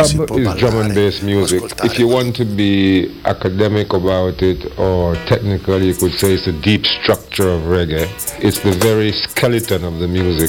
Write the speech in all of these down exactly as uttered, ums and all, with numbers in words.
Dub is drum and bass music. If you want to be academic about it or technical, you could say it's the deep structure of reggae. It's the very skeleton of the music.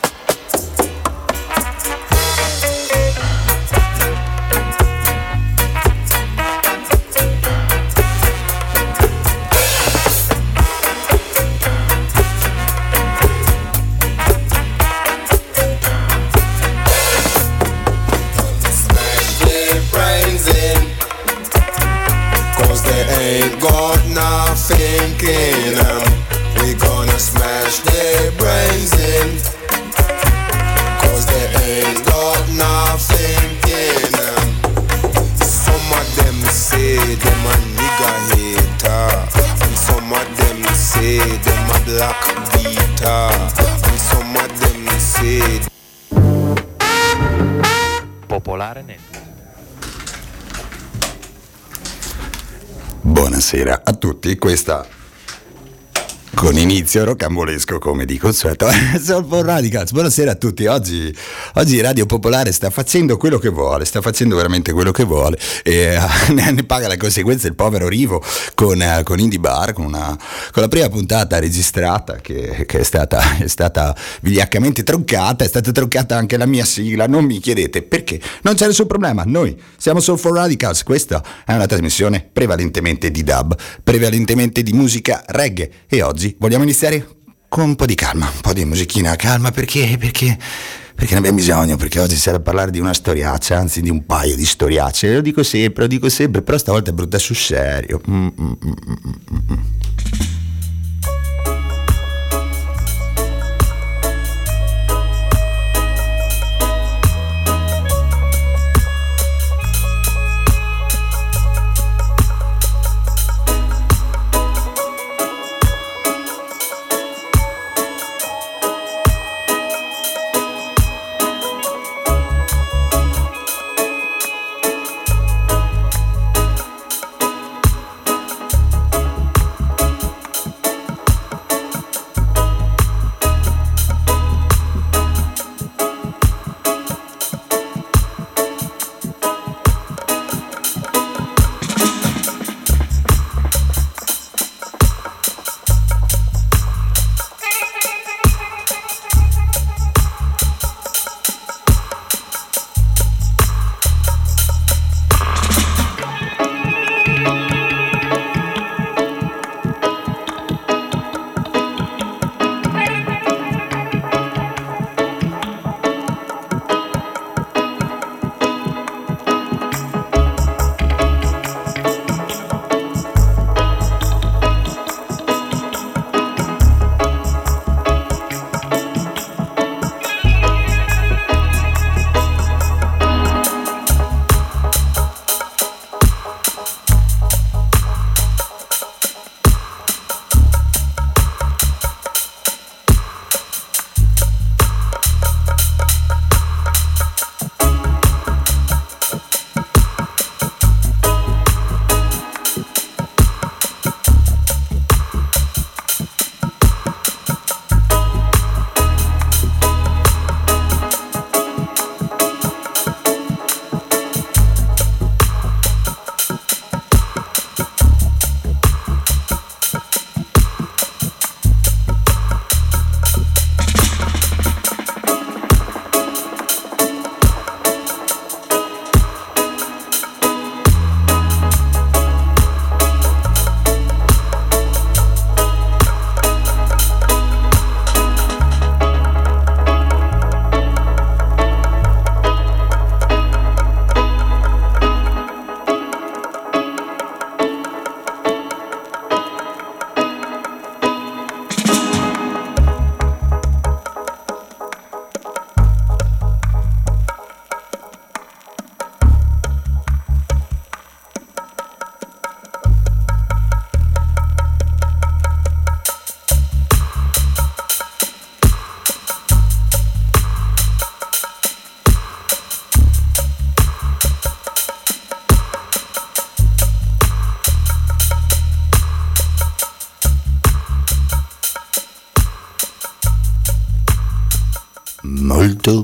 Popolare Network. Buonasera a tutti, questa con inizio rocambolesco come di consueto. Soulful Radicals, buonasera a tutti. Oggi, oggi Radio Popolare sta facendo quello che vuole, sta facendo veramente quello che vuole e uh, ne paga le conseguenze il povero Rivo con, uh, con Indie Bar, con, una, con la prima puntata registrata che, che è stata, è stata vigliaccamente troncata, è stata troncata anche la mia sigla, non mi chiedete perché, non c'è nessun problema, noi siamo Soulful Radicals, questa è una trasmissione prevalentemente di dub, prevalentemente di musica reggae e oggi vogliamo iniziare con un po' di calma, un po' di musichina calma, perché, perché, perché ne abbiamo bisogno, perché oggi c'è da parlare di una storiaccia, anzi di un paio di storiacce, lo dico sempre, lo dico sempre, però stavolta è brutta sul serio. Mm, mm, mm, mm, mm.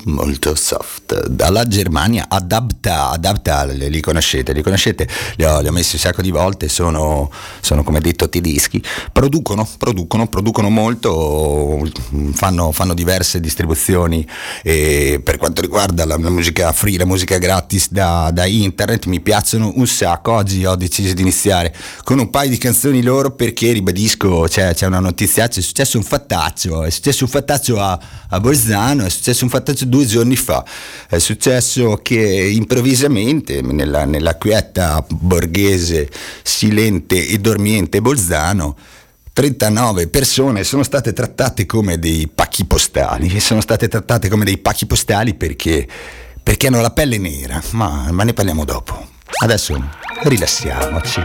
molto soft. Dalla Germania, Adapta, Adapta, li conoscete, li conoscete, li ho, li ho messi un sacco di volte, sono, sono come detto tedeschi, producono, producono, producono molto, fanno, fanno diverse distribuzioni, e per quanto riguarda la, la musica free, la musica gratis da, da internet, mi piacciono un sacco. Oggi ho deciso di iniziare con un paio di canzoni loro perché, ribadisco, c'è, c'è una notizia, c'è successo un fattaccio, è successo un fattaccio a, a Bolzano, è successo un fattaccio due giorni fa, è successo che improvvisamente nella, nella quieta borghese, silente e dormiente Bolzano, trentanove persone sono state trattate come dei pacchi postali, sono state trattate come dei pacchi postali perché, perché hanno la pelle nera, ma, ma ne parliamo dopo. Adesso rilassiamoci.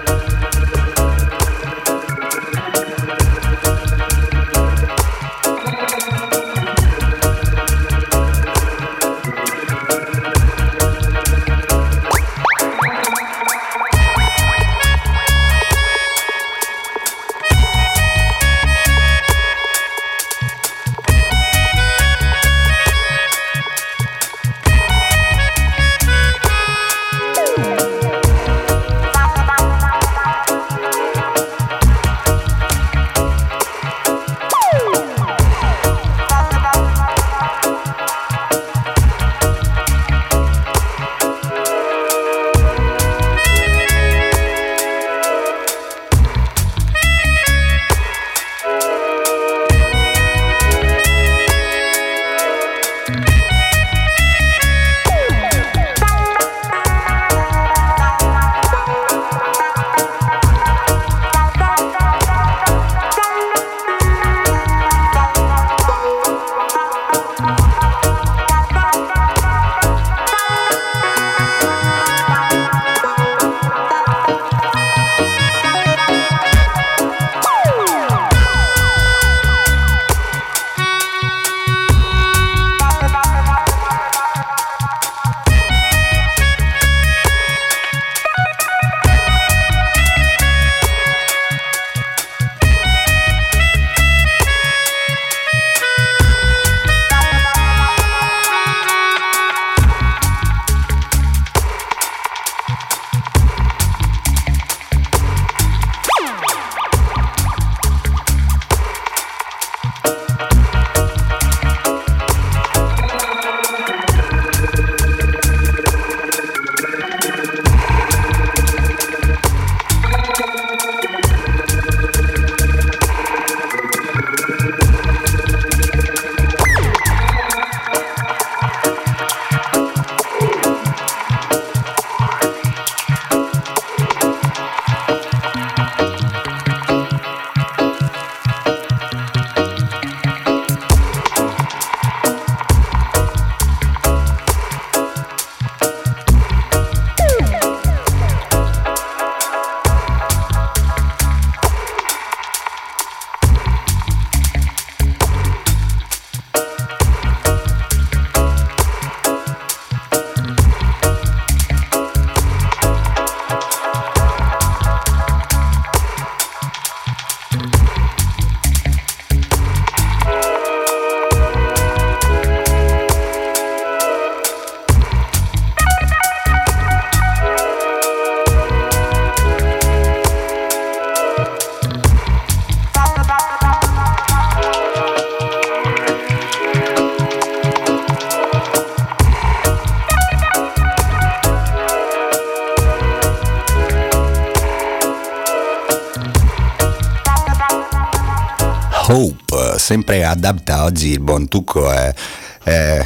Hope, sempre Adapta. Oggi il buon Tucco è, è,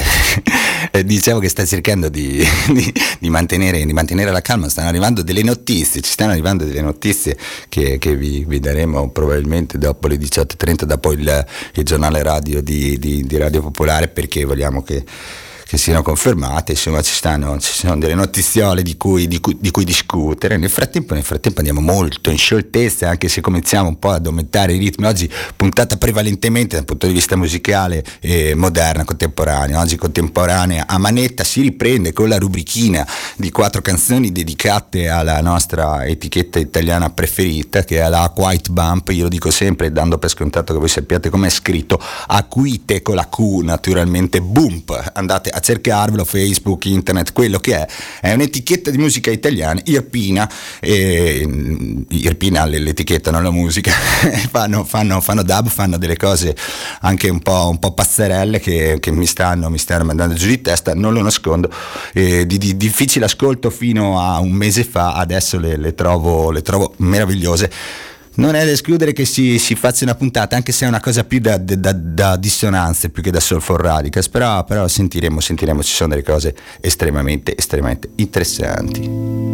è diciamo che sta cercando di, di, di, mantenere, di mantenere la calma. Stanno arrivando delle notizie, ci stanno arrivando delle notizie che, che vi, vi daremo probabilmente dopo le diciotto e trenta, dopo il, il giornale radio di, di, di Radio Popolare, perché vogliamo che che siano confermate, insomma ci stanno, ci sono delle notiziole di cui, di, cui, di cui discutere. Nel frattempo, nel frattempo andiamo molto in scioltezza, anche se cominciamo un po' ad aumentare i ritmi. Oggi puntata prevalentemente dal punto di vista musicale eh, moderna, contemporanea. Oggi contemporanea a manetta si riprende con la rubrichina di quattro canzoni dedicate alla nostra etichetta italiana preferita, che è la White Bump. Io lo dico sempre dando per scontato che voi sappiate com'è scritto, acuite con la Q naturalmente, Bump. Andate a cercarvelo, Facebook, internet, quello che è. È un'etichetta di musica italiana, Irpina, eh, Irpina l'etichetta, non la musica. fanno, fanno, fanno dub, fanno delle cose anche un po', un po' pazzerelle che, che mi stanno mi stanno mandando giù di testa, non lo nascondo. Eh, di, di difficile ascolto fino a un mese fa, adesso le, le trovo le trovo meravigliose. Non è da escludere che si, si faccia una puntata, anche se è una cosa più da, da, da dissonanze più che da Soulful Radicals, però, però sentiremo, sentiremo, ci sono delle cose estremamente, estremamente interessanti.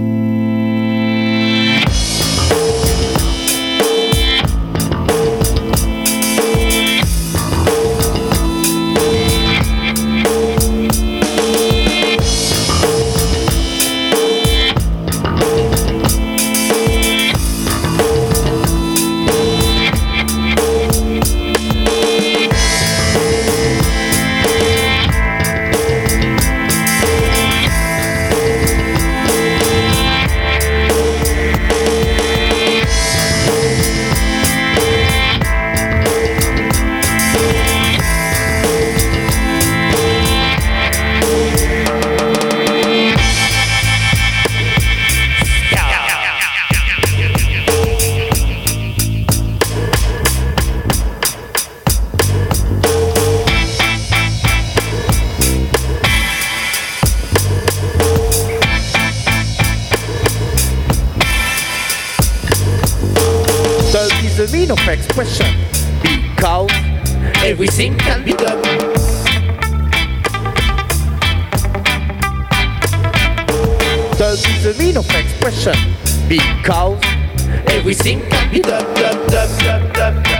Expression, because everything can be done. There is a mean of expression, because everything can be done, done, done, done, done, done.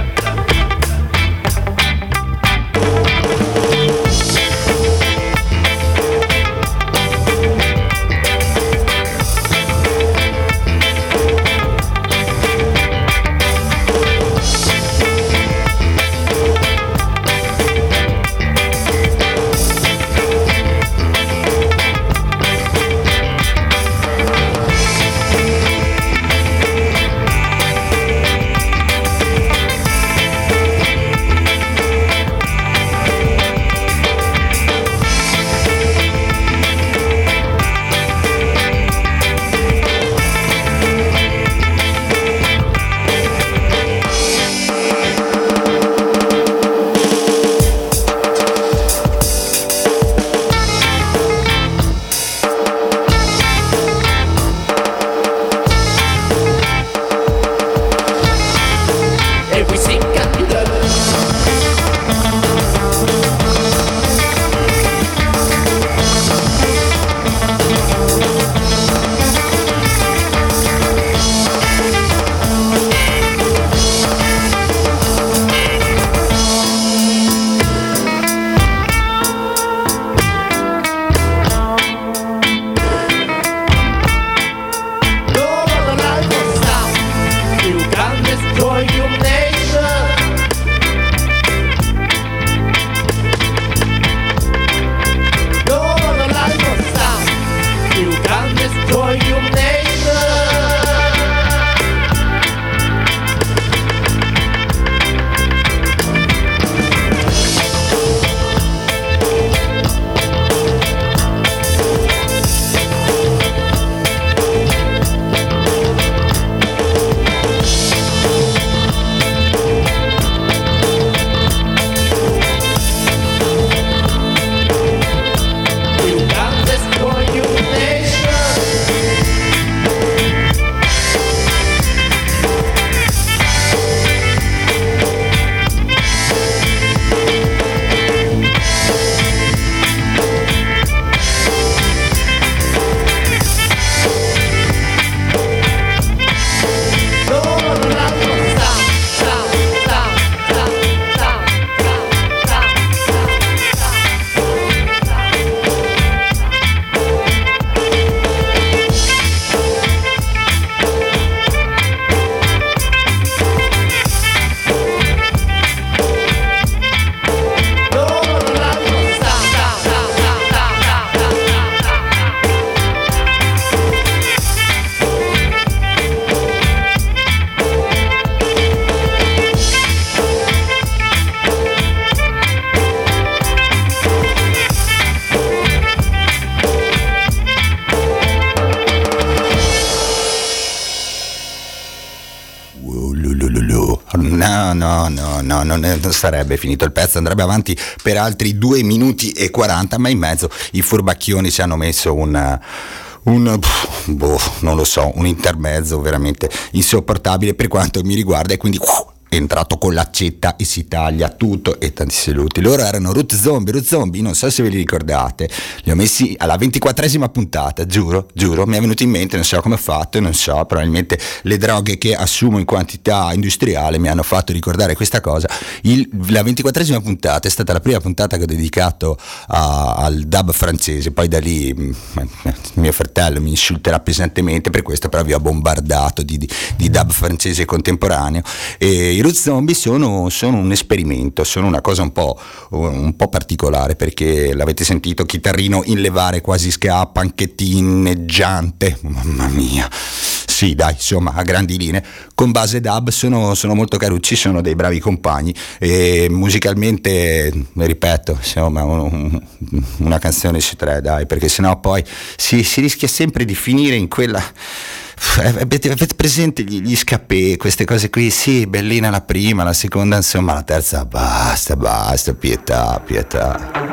no, no, no, non, non sarebbe finito il pezzo, andrebbe avanti per altri due minuti e quaranta, ma in mezzo i furbacchioni ci hanno messo un... un boh, non lo so, un intermezzo veramente insopportabile per quanto mi riguarda, e quindi uh, è entrato con l'accetta e si taglia tutto e tanti saluti. Loro erano Root Zombie. Root Zombie, non so se ve li ricordate, li ho messi alla ventiquattresima puntata, giuro, giuro, mi è venuto in mente, non so come ho fatto, non so, probabilmente le droghe che assumo in quantità industriale mi hanno fatto ricordare questa cosa. Il, la ventiquattresima puntata è stata la prima puntata che ho dedicato a, al dub francese, poi da lì mio fratello mi insulterà pesantemente per questo, però vi ho bombardato di, di, di dub francese contemporaneo. E i Root Zombie sono, sono un esperimento, sono una cosa un po', un po' particolare, perché l'avete sentito, chitarrino in levare quasi ska, panchettineggiante, mamma mia, sì dai, insomma a grandi linee, con base dub, sono, sono molto carucci, sono dei bravi compagni e musicalmente, ripeto, insomma un, una canzone su tre, dai, perché sennò poi si, si rischia sempre di finire in quella... Avete, avete presente gli, gli scappè, queste cose qui? Sì, bellina la prima, la seconda, insomma, la terza basta, basta, pietà, pietà.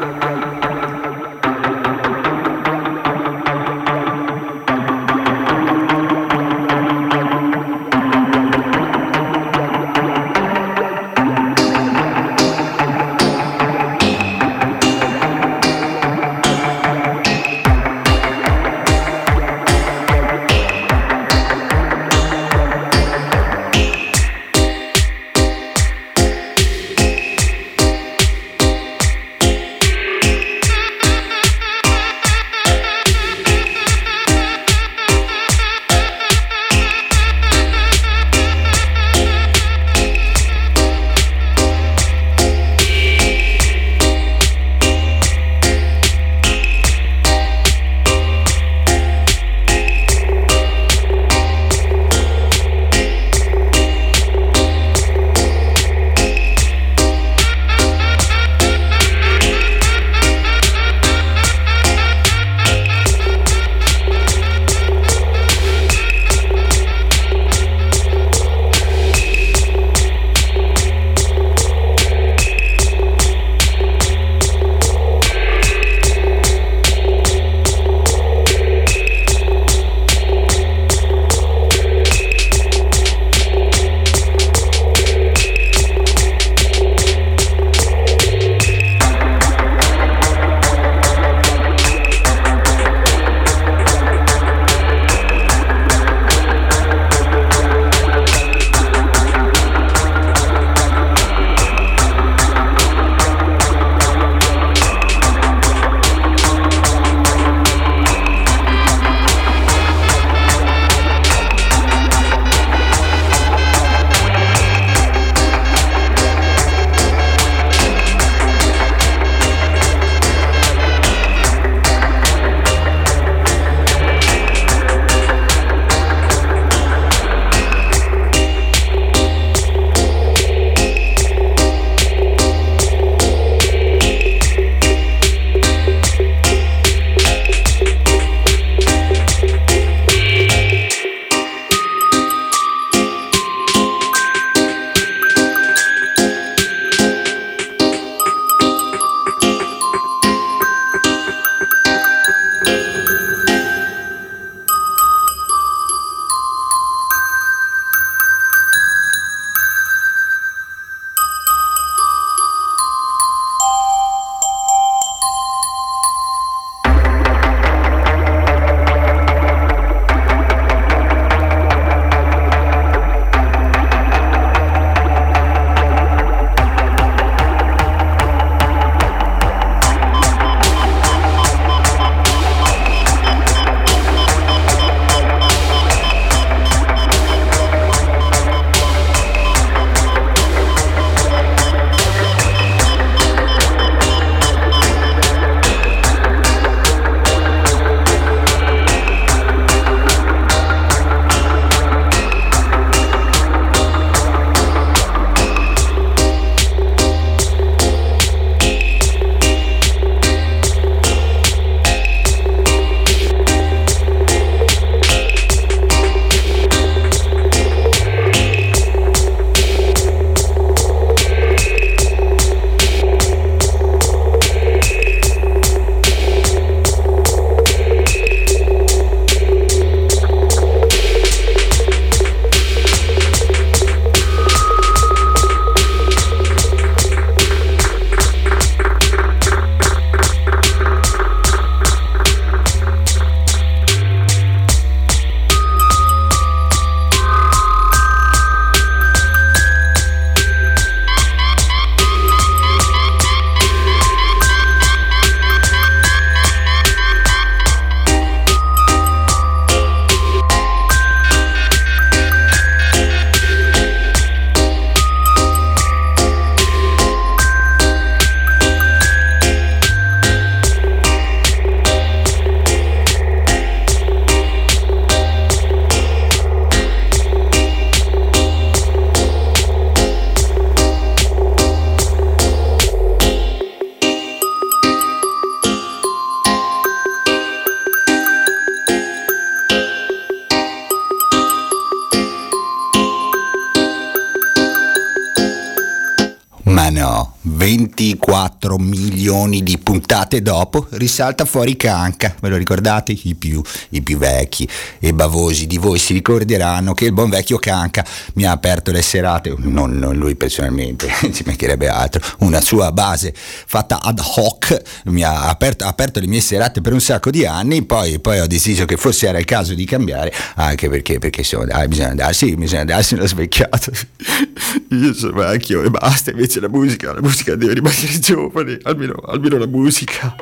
no, ventiquattro milioni di puntate dopo risalta fuori Canca. Ve lo ricordate? I più, i più vecchi e bavosi di voi si ricorderanno che il buon vecchio Canca mi ha aperto le serate, non, non lui personalmente, ci mancherebbe altro, una sua base fatta ad hoc, mi ha aperto, ha aperto le mie serate per un sacco di anni, poi, poi ho deciso che forse era il caso di cambiare, anche perché, perché insomma, dai, bisogna andarsi, bisogna andarsi nello svecchiato. Io sono vecchio e basta, invece la musica, la musica deve rimanere giovane, almeno, almeno la musica.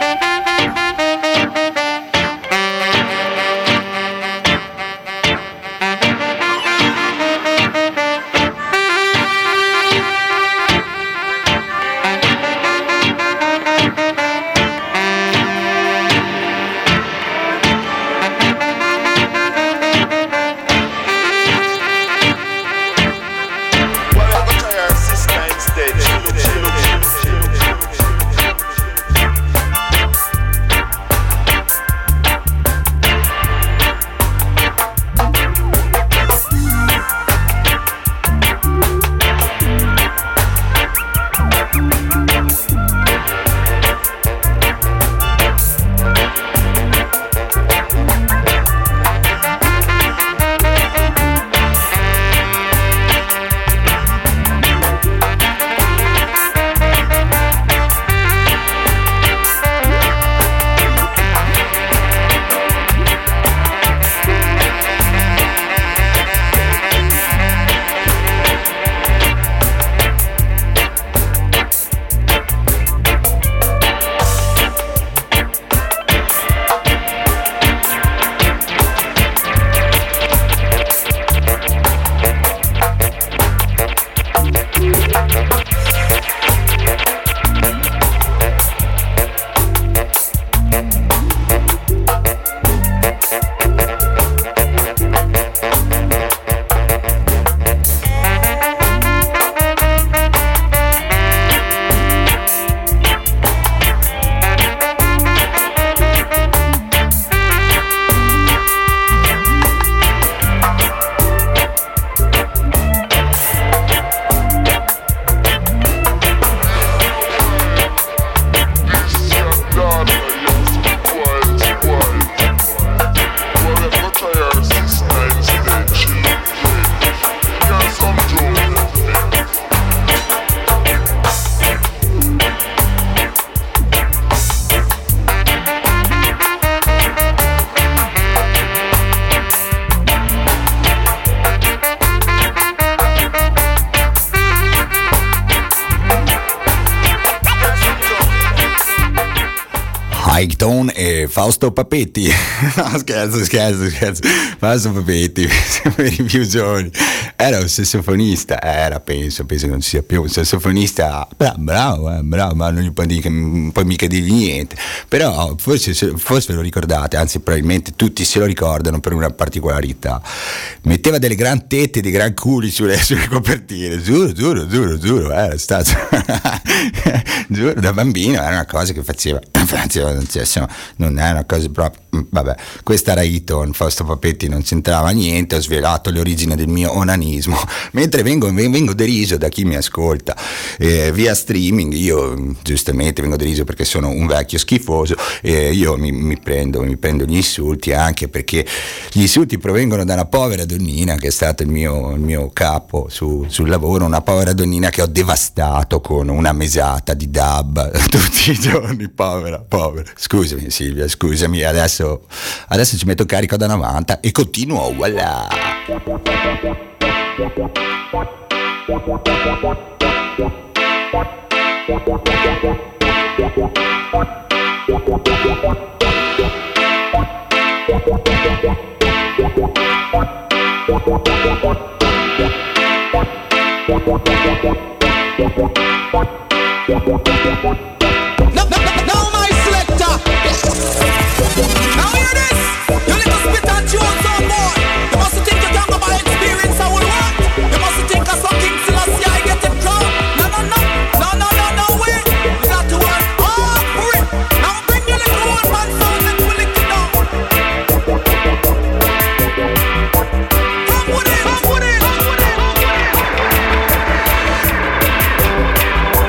Tone e Fausto Papetti. No, scherzo, scherzo, scherzo. Fausto Papetti, per i più giovani. Era un sassofonista, era, penso, penso che non sia più un sassofonista. Bravo, bravo, eh, bravo, ma non gli puoi, dire, non puoi mica dirgli niente. Però forse, forse ve lo ricordate, anzi probabilmente tutti se lo ricordano per una particolarità. Metteva delle gran tette, dei gran culi sulle, sulle copertine, giuro, giuro, giuro, giuro, era stato giuro, da bambino era una cosa che faceva, faceva cioè, non è una cosa proprio, vabbè, questa era Eton, Fausto Papetti non c'entrava niente, ho svelato le origini del mio onanismo, mentre vengo, vengo deriso da chi mi ascolta eh, via streaming. Io giustamente vengo deriso perché sono un vecchio schifoso e io mi, mi, prendo, mi prendo gli insulti, anche perché gli insulti provengono da una povera donnina che è stato il mio, il mio capo su, sul lavoro, una povera donnina che ho devastato con una mesata di dub tutti i giorni, povera, povera. Scusami Silvia, scusami, adesso, adesso ci metto carico da novanta e continuo, voilà. No, no, no, no, my selector. Now hear this. You little spit and tunes on board. You must think you can go by experience I will work. You must think of something till I see I get it wrong. No, no, no, no, no, no, no way. You got to work hard for it. Now bring your little one man sound and pull it down. Come with it, come with it, come with it, come with it.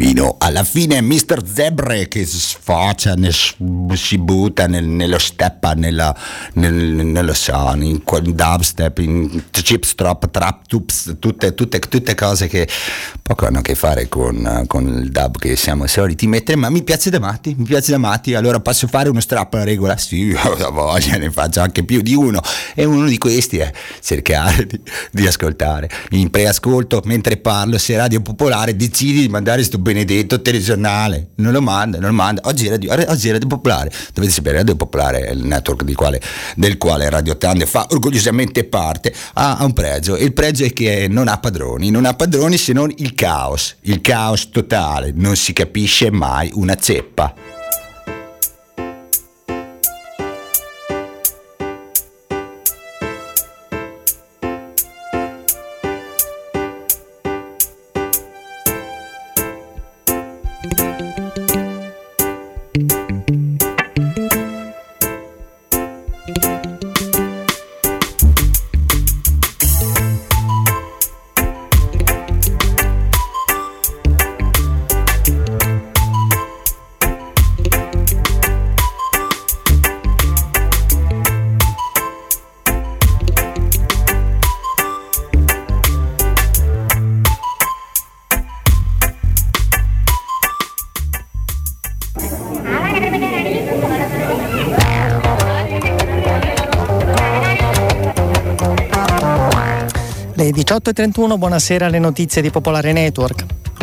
fino alla fine. Mister Zebre che sfocia, ne, si butta nel, nello steppa, nella, nel, nello son, in dubstep, in chipstrop, trap, tups, tutte, tutte, tutte cose che poco hanno a che fare con, con il dub che siamo soliti mettere, ma mi piace da matti, mi piace da matti. Allora posso fare uno strap alla regola? Sì, ho la voglia, ne faccio anche più di uno, e uno di questi è cercare di, di ascoltare in preascolto mentre parlo. Se Radio Popolare decidi di mandare sto benedetto telegiornale, non lo manda, non lo manda. Oggi Radio, oggi Radio Popolare, dovete sapere, Radio Popolare è il network di quale, del quale Radio Tande fa orgogliosamente parte, ha, ha un pregio, e il pregio è che non ha padroni, non ha padroni se non il caos, il caos totale, non si capisce mai una ceppa. diciotto e trentuno, buonasera, alle notizie di Popolare Network.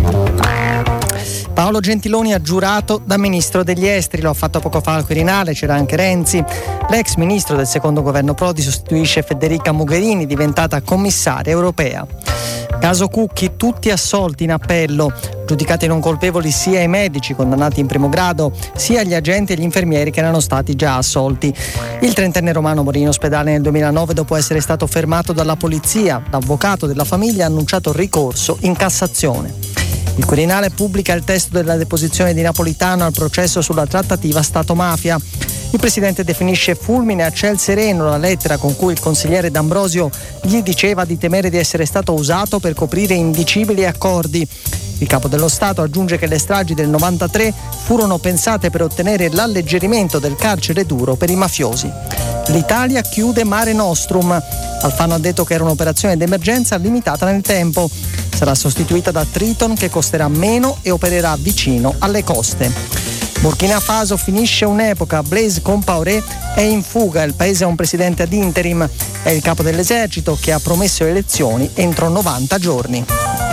Paolo Gentiloni ha giurato da ministro degli esteri, lo ha fatto poco fa al Quirinale, c'era anche Renzi. L'ex ministro del secondo governo Prodi sostituisce Federica Mogherini, diventata commissaria europea. Caso Cucchi, tutti assolti in appello, giudicati non colpevoli sia i medici condannati in primo grado, sia gli agenti e gli infermieri che erano stati già assolti. Il trentenne romano morì in ospedale nel duemilanove dopo essere stato fermato dalla polizia. L'avvocato della famiglia ha annunciato ricorso in Cassazione. Il Quirinale pubblica il testo della deposizione di Napolitano al processo sulla trattativa Stato-mafia. Il presidente definisce fulmine a ciel sereno la lettera con cui il consigliere D'Ambrosio gli diceva di temere di essere stato usato per coprire indicibili accordi. Il capo dello Stato aggiunge che le stragi del novantatré furono pensate per ottenere l'alleggerimento del carcere duro per i mafiosi. L'Italia chiude Mare Nostrum. Alfano ha detto che era un'operazione d'emergenza limitata nel tempo. Sarà sostituita da Triton, che costerà meno e opererà vicino alle coste. Burkina Faso finisce un'epoca, Blaise Compaoré è in fuga, il paese ha un presidente ad interim, è il capo dell'esercito che ha promesso elezioni entro novanta giorni.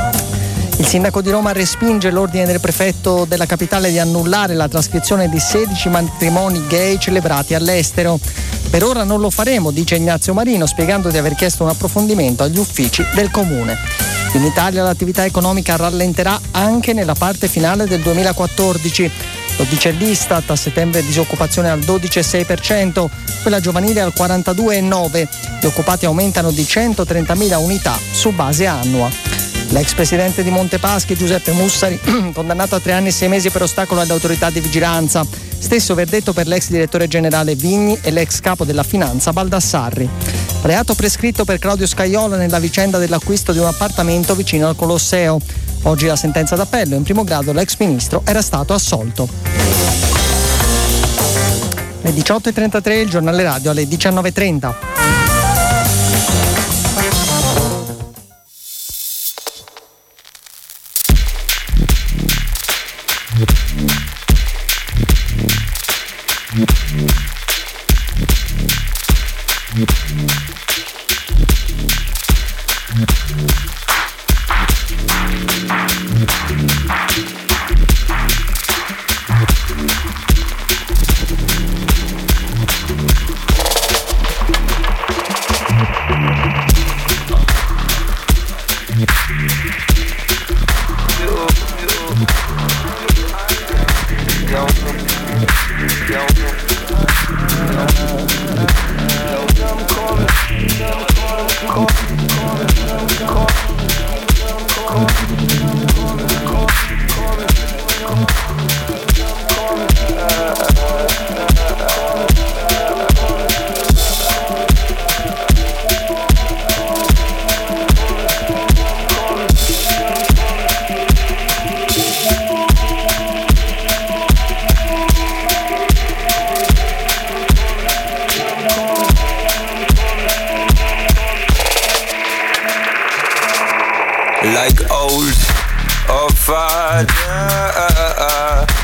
Il sindaco di Roma respinge l'ordine del prefetto della capitale di annullare la trascrizione di sedici matrimoni gay celebrati all'estero. Per ora non lo faremo, dice Ignazio Marino, spiegando di aver chiesto un approfondimento agli uffici del comune. In Italia l'attività economica rallenterà anche nella parte finale del duemilaquattordici. Lo dice l'Istat, a settembre disoccupazione al dodici virgola sei per cento, quella giovanile al quarantadue virgola nove per cento. Gli occupati aumentano di centotrentamila unità su base annua. L'ex presidente di Montepaschi, Giuseppe Mussari, condannato a tre anni e sei mesi per ostacolo alle autorità di vigilanza. Stesso verdetto per l'ex direttore generale Vigni e l'ex capo della finanza Baldassarri. Reato prescritto per Claudio Scaiola nella vicenda dell'acquisto di un appartamento vicino al Colosseo. Oggi la sentenza d'appello, in primo grado l'ex ministro era stato assolto. Le diciotto e trentatré, il giornale radio alle diciannove e trenta.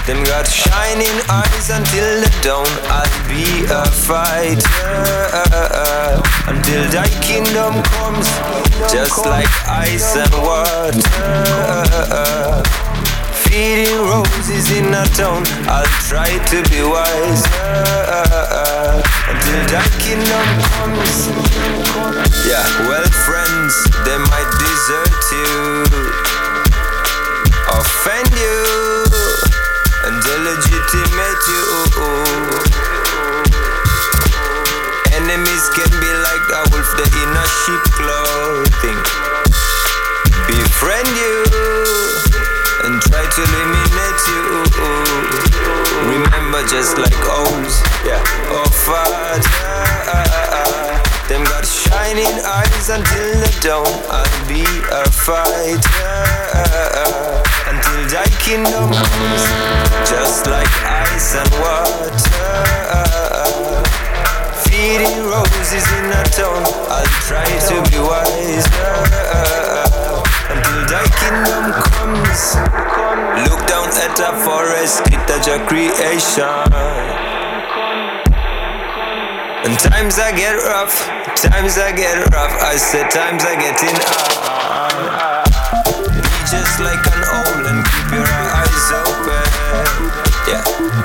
Them got shining eyes until the dawn. I'll be a fighter until thy kingdom comes, just like ice and water. Feeding roses in a town, I'll try to be wise until thy kingdom comes. Yeah, well friends, they might desert you, offend you, and delegitimate you. Enemies can be like a wolf, they're in a sheep clothing. Befriend you and try to eliminate you. Remember, just like O's, yeah. Oh Father, them got shining eyes until the dawn. I'll be a fighter until thy kingdom comes, just like ice and water. Feeding roses in a town, I'll try to be wise until thy kingdom comes. Look down at a forest, it's a creation. And times I get rough, times I get rough. I said times are getting hard. Be just like an owl and keep your eyes open. Yeah.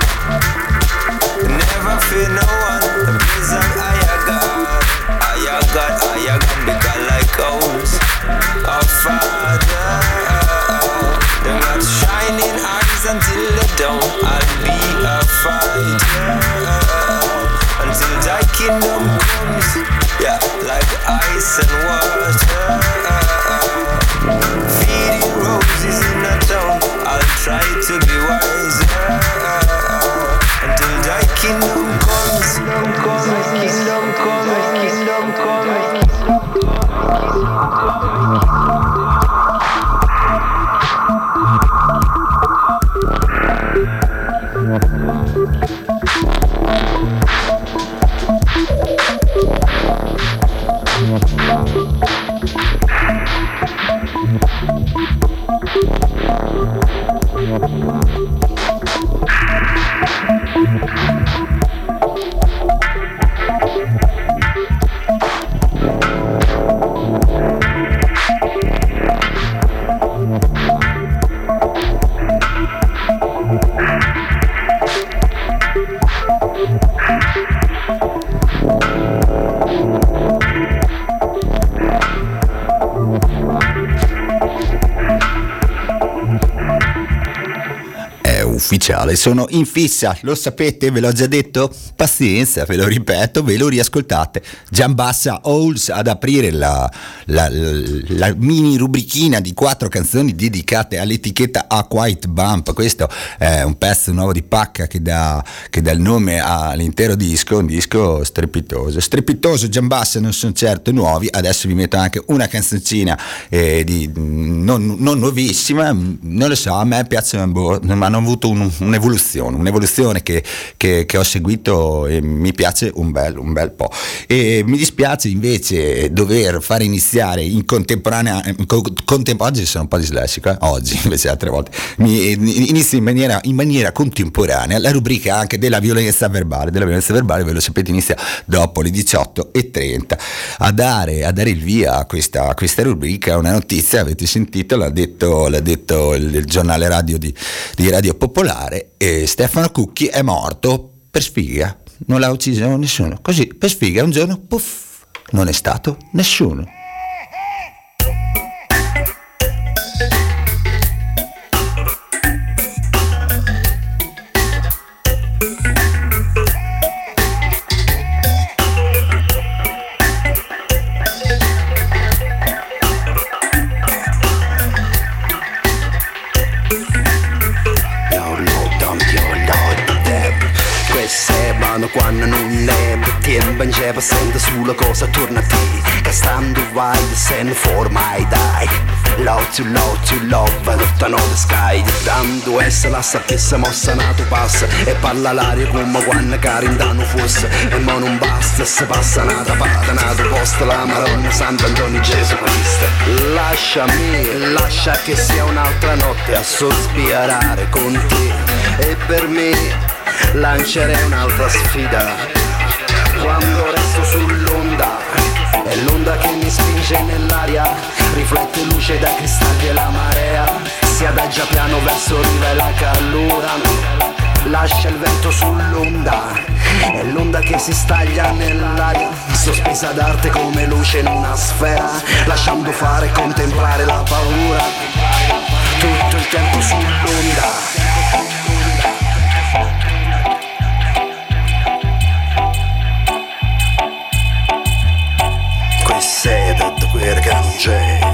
Never fear no one. The prison I got, I got, I got, because like owls. Our Father, them got shining eyes until the dawn. I'll be a fighter until thy kingdom comes. Yeah, like ice and water. Feeding roses in a town. I'll try to be wiser until thy kingdom comes. Kingdom comes, kingdom comes, kingdom comes. Ufficiale, sono in fissa, lo sapete, ve l'ho già detto, pazienza, ve lo ripeto, ve lo riascoltate. Giambassa Owls ad aprire la, la, la, la mini rubrichina di quattro canzoni dedicate all'etichetta A Quiet Bump. Questo è un pezzo nuovo di Pacca che dà, che dà il nome all'intero disco, un disco strepitoso, strepitoso. Giambassa non sono certo nuovi, adesso vi metto anche una canzoncina eh, di, non, non nuovissima, non lo so, a me piacciono, boh, ma hanno avuto un, un'evoluzione, un'evoluzione che, che, che ho seguito e mi piace un bel, un bel po'. E mi dispiace invece dover fare iniziare in contemporanea, contem- oggi sono un po' dislessico, eh? oggi invece altre volte, mi inizio in maniera, in maniera contemporanea la rubrica anche della violenza verbale, della violenza verbale, ve lo sapete, inizia dopo le diciotto e trenta. A dare, a dare il via a questa, a questa rubrica una notizia, avete sentito, l'ha detto, l'ha detto il, il giornale radio di, di Radio Popolare, e Stefano Cucchi è morto per sfiga, non l'ha ucciso nessuno, così per sfiga un giorno puff, non è stato nessuno. Quando non è tempo in giro sento sulla cosa torna a te, che stando vai se ne forma e dai low to low to low va tutta notte sky dando essa la sapessa mossa nato passa e parla l'aria come quando carindano fosse e mo non basta se passa nata pata nato posto la Madonna Sant'Antonio Gesù Cristo. Lasciami, lascia che sia un'altra notte a sospirare con te e per me lancerei un'altra sfida. Quando resto sull'onda, è l'onda che mi spinge nell'aria, riflette luce dai cristalli e la marea, si adagia piano verso riva e la calura. Lascia il vento sull'onda, è l'onda che si staglia nell'aria, sospesa d'arte come luce in una sfera, lasciando fare e contemplare la paura, tutto il tempo sull'onda. Questa è da quel che non c'è.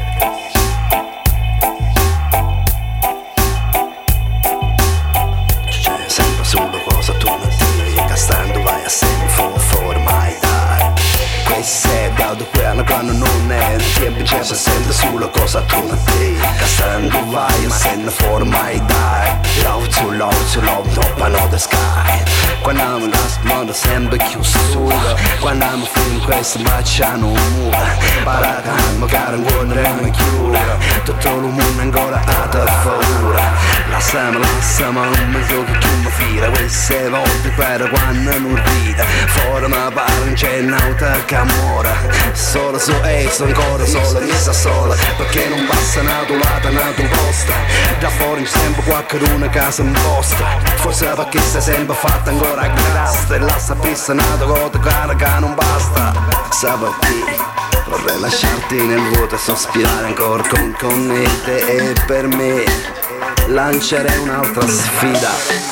Quando non è il tempo c'è se sente sulla cosa attorno a te, castando vai ma se ne forma e dai, love to love to love up another sky. Quando amo last mondo sempre chiuso sola, quando amo film questo baciano mura, paracan magari guarderemo chiura, tutto il mondo ancora ha da paura, lasciamo lasciamo non mi so che tu mi fila, queste volte per quando non ride, forma pare non c'è un'altra camora, solo su esso ancora solo messa sola, perché non passa una tua lata una tua posta, da fuori c'è sempre qualcuno che si imposta, forse perché sei sempre fatta ancora a grasta, e la saprissa una tua gota cara che non basta, sa perché vorrei lasciarti nel vuoto e sospirare ancora con, con te, e per me lancerei un'altra sfida,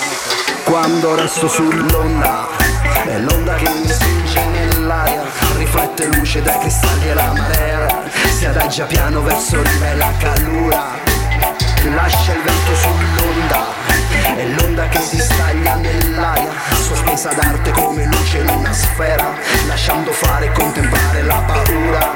quando resto sull'onda, è l'onda che mi spinge nell'aria, riflette luce dai cristalli e la marea, si adagia piano verso riva e la calura, lascia il vento sull'onda, è l'onda che si staglia nell'aria, sospesa d'arte come luce in una sfera, lasciando fare e contemplare la paura,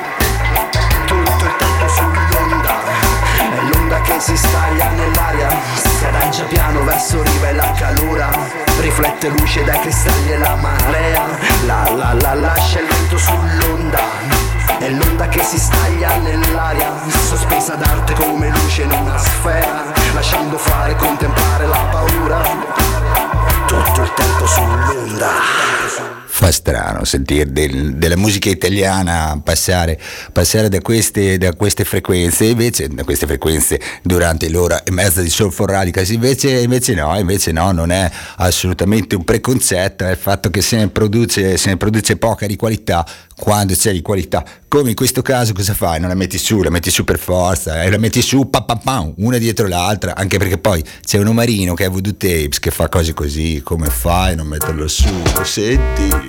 tutto il tempo sull'onda, è l'onda che si staglia nell'aria, si adagia piano verso riva e la calura, riflette luce dai cristalli e la marea, la la la lascia il vento sull'onda, è l'onda che si staglia nell'aria, sospesa d'arte come luce in una sfera, lasciando fare e contemplare la paura, tutto il tempo sull'onda. Fa strano sentire del, della musica italiana passare, passare da, queste, da queste frequenze, invece da queste frequenze durante l'ora e mezza di Soul for Radicals, invece, invece no, invece no, non è assolutamente un preconcetto, è il fatto che se ne produce, se ne produce poca di qualità, quando c'è di qualità, come in questo caso cosa fai? Non la metti su, la metti su per forza, e la metti su pa, pa, pa, una dietro l'altra, anche perché poi c'è un omarino che ha Voodoo Tapes che fa cose così, come fai a non metterlo su? Senti.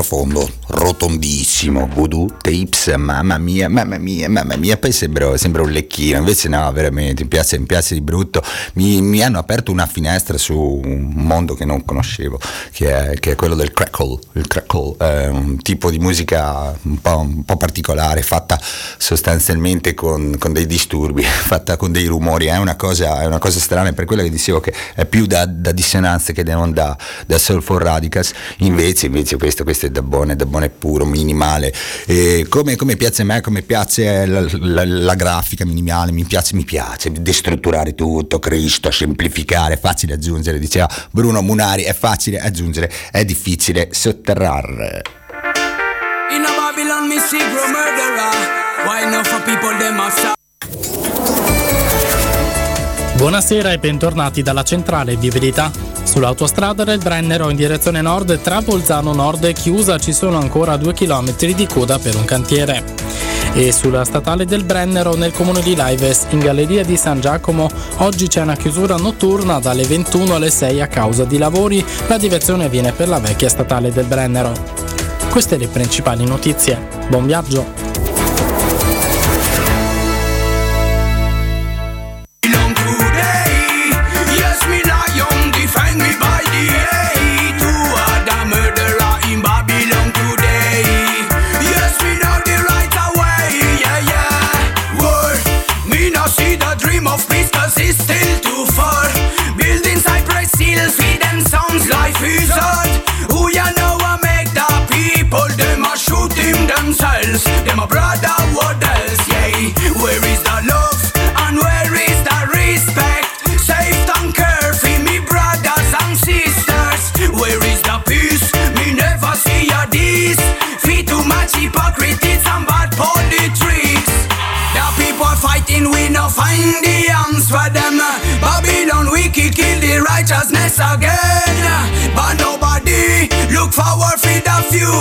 profondo, rotondissimo, Voodoo Tapes, mamma mia, mamma mia, mamma mia, poi sembra, sembra un lecchino, invece no, veramente, mi piace, mi piace di brutto, mi, mi hanno aperto una finestra su un mondo che non conoscevo, che è, che è quello del crackle, il crackle, è un tipo di musica un po', un po' particolare, fatta sostanzialmente con, con dei disturbi, fatta con dei rumori, è una cosa, è una cosa strana, per quello che dicevo che è più da, da dissonanze che non da, da Soulful Radicals, invece, invece questo, questo è da buono, è da buono, è puro, minimale, e come, come piace a me, come piace la, la, la grafica minimale, mi piace, mi piace destrutturare tutto, Cristo, semplificare, è facile aggiungere, diceva Bruno Munari, è facile aggiungere, è difficile sotterrare. In a Babylon, me secret murderer. Why not for people them outside? Buonasera e bentornati dalla centrale di verità. Sull'autostrada del Brennero in direzione nord tra Bolzano Nord è chiusa, ci sono ancora due chilometri di coda per un cantiere. E sulla statale del Brennero nel comune di Laives in galleria di San Giacomo oggi c'è una chiusura notturna dalle ventuno alle sei a causa di lavori, la direzione avviene per la vecchia statale del Brennero. Queste le principali notizie. Buon viaggio! Life is hard. Who you know I make the people? Them a shoot him themselves. Them a brother, what else? Yeah. Where is the love and where is the respect? Safe and care for me brothers and sisters. Where is the peace? Me never see a this. Fee too much hypocrisy and bad politics. The people fighting, we no find the answer them. Babylon wicked kill the righteousness again. But nobody look forward for the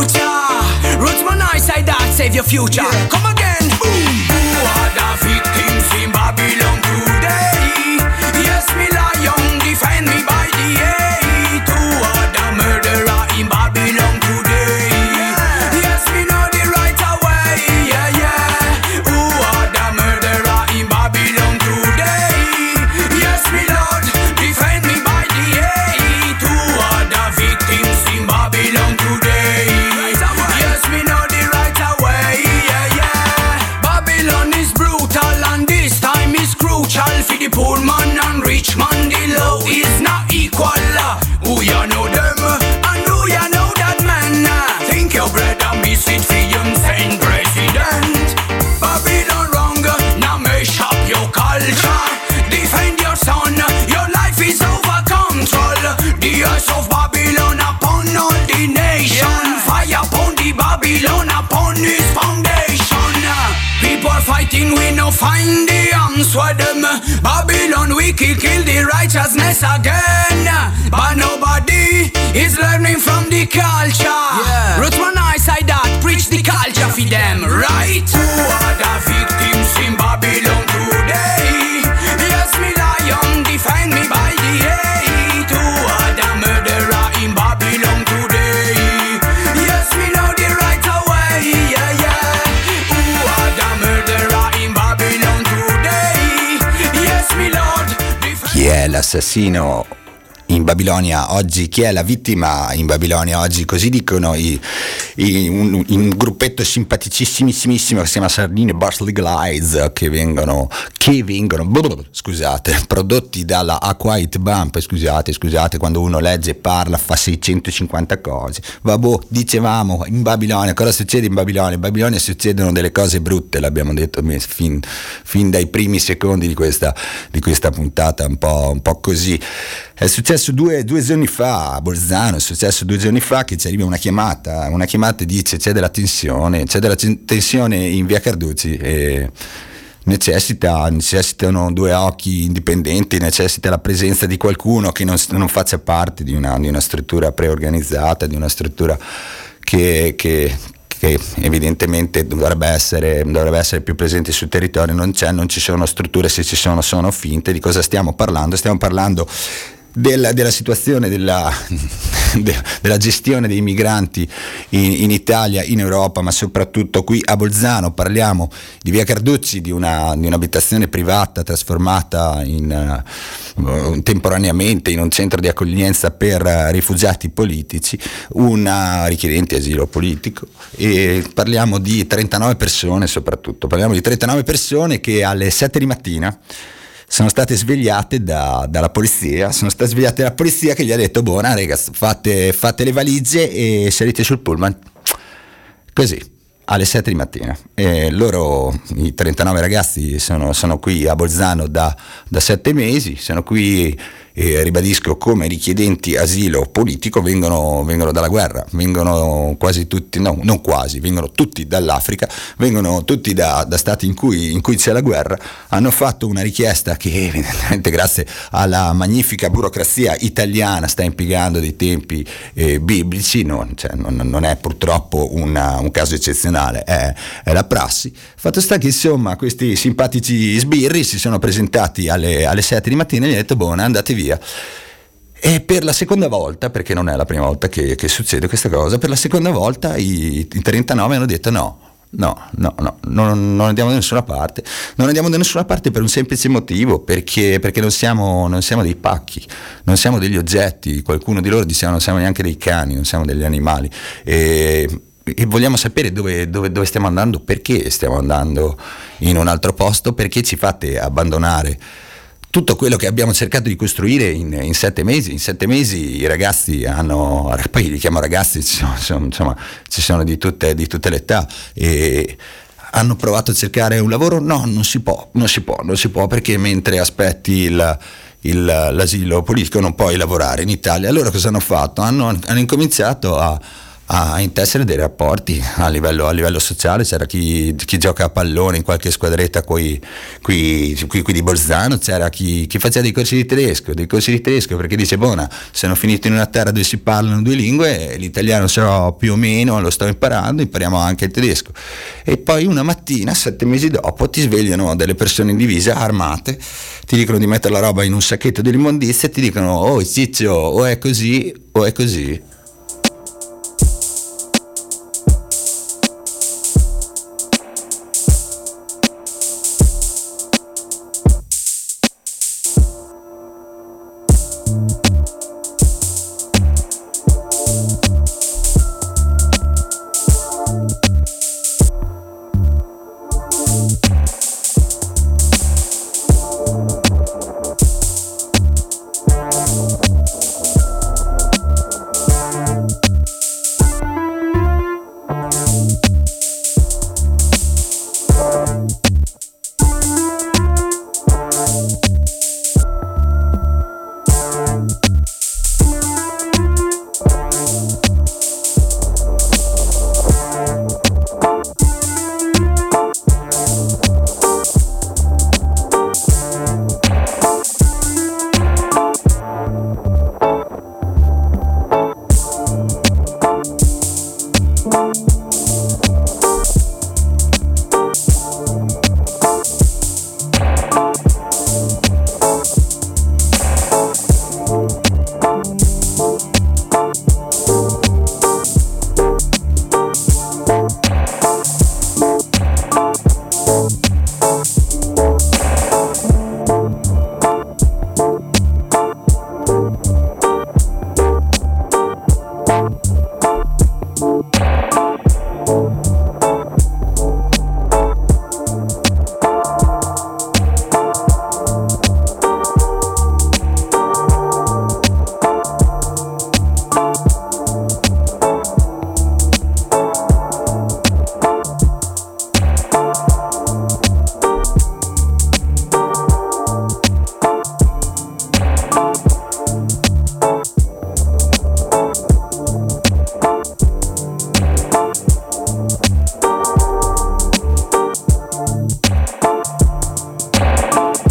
future. Roots man, I say that save your future. Yeah. Come again. Boom. Who are the victims in Babylon today? Yes, me lion, defend me by the hate. Who are the murderer in Babylon today? Yeah. Yes, me know the right away. Yeah, yeah. Who are the murderer in Babylon today? Yes, me Lord, defend me by the hate. Who are the victims in Babylon today? Yes, me know the right away. Yeah, yeah. Babylon is brutal and this time is crucial for the poor man and rich man. The law is not equal. Who you know them and who you know that man? Think your brother miss it for your insane president. Babylon wrong, now mash up your culture. Defend your son, your life is over control. The eyes of Babylon upon all the nation. Fire upon the Babylon upon his foundation. People fighting, we no find the answer them. Babylon wicked kill the righteousness again. But nobody is learning from the culture. Yeah. Roots man, I say that, preach the culture for them, right? Who are the victims in Babylon today? Yes, me lion, defend me by the hate. Who are the murderer in Babylon today? Yes, me know the right away. Yeah, yeah. Who are the murderer in Babylon today? Yes, me Lord. Chi è l'assassino in Babilonia oggi? Chi è la vittima in Babilonia oggi? Così dicono i, i, un, un gruppetto simpaticissimo che si chiama Sardine Bars Legalize, che vengono che vengono blablabla, scusate, prodotti dalla A Quiet Bump. Scusate, scusate, quando uno legge e parla fa seicentocinquanta cose. Vabbè, dicevamo, in Babilonia, cosa succede in Babilonia? In Babilonia succedono delle cose brutte, l'abbiamo detto fin, fin dai primi secondi di questa, di questa puntata, un po', un po' così. È successo due, due giorni fa a Bolzano, è successo due giorni fa che ci arriva una chiamata, una chiamata e dice c'è della tensione, c'è della tensione in via Carducci e necessita, necessitano due occhi indipendenti, necessita la presenza di qualcuno che non, non faccia parte di una, di una struttura preorganizzata, di una struttura che... che che evidentemente dovrebbe essere, dovrebbe essere più presente sul territorio. Non c'è, non ci sono strutture, se ci sono sono finte. Di cosa stiamo parlando? Stiamo parlando della, della situazione della, de, della gestione dei migranti in, in Italia, in Europa, ma soprattutto qui a Bolzano. Parliamo di via Carducci, di, una, di un'abitazione privata trasformata in, uh, temporaneamente in un centro di accoglienza per uh, rifugiati politici, una richiedente asilo politico, e parliamo di trentanove persone, soprattutto parliamo di trentanove persone che alle sette di mattina sono state svegliate da, dalla polizia, sono state svegliate dalla polizia che gli ha detto: buona ragazzi, fate, fate le valigie e salite sul pullman, così alle sette di mattina. E loro, i trentanove ragazzi, sono, sono qui a Bolzano da, da sette mesi, sono qui, e ribadisco, come richiedenti asilo politico, vengono, vengono dalla guerra, vengono quasi tutti, no, non quasi, vengono tutti dall'Africa, vengono tutti da, da stati in cui, in cui c'è la guerra, hanno fatto una richiesta che evidentemente, grazie alla magnifica burocrazia italiana, sta impiegando dei tempi eh, biblici, no, cioè, non, non è purtroppo una, un caso eccezionale, è, è la prassi. Fatto sta che insomma questi simpatici sbirri si sono presentati alle, alle sette di mattina e gli hanno detto: buona, andate via. E per la seconda volta, perché non è la prima volta che, che succede questa cosa, per la seconda volta i, i trentanove hanno detto no, no, no, no, non, non andiamo da nessuna parte, non andiamo da nessuna parte per un semplice motivo, perché, perché non siamo, non siamo dei pacchi, non siamo degli oggetti, qualcuno di loro diceva non siamo neanche dei cani, non siamo degli animali, e, e vogliamo sapere dove, dove, dove stiamo andando, perché stiamo andando in un altro posto, perché ci fate abbandonare tutto quello che abbiamo cercato di costruire in, in sette mesi. In sette mesi i ragazzi hanno, poi li chiamo ragazzi, ci sono, insomma, ci sono di tutte, di tutte le età, e hanno provato a cercare un lavoro. No, non si può, non si può, non si può, perché mentre aspetti il, il, l'asilo politico non puoi lavorare in Italia. Allora cosa hanno fatto? Hanno, hanno incominciato a a intessere dei rapporti a livello, a livello sociale. C'era chi, chi gioca a pallone in qualche squadretta qui, qui, qui, qui di Bolzano, c'era chi, chi faceva dei corsi di tedesco, dei corsi di tedesco perché dice: buona, sono finito in una terra dove si parlano due lingue, l'italiano so più o meno, lo sto imparando, impariamo anche il tedesco. E poi una mattina, sette mesi dopo, ti svegliano delle persone in divisa, armate, ti dicono di mettere la roba in un sacchetto dell'immondizia e ti dicono: oh ciccio, o è così o è così.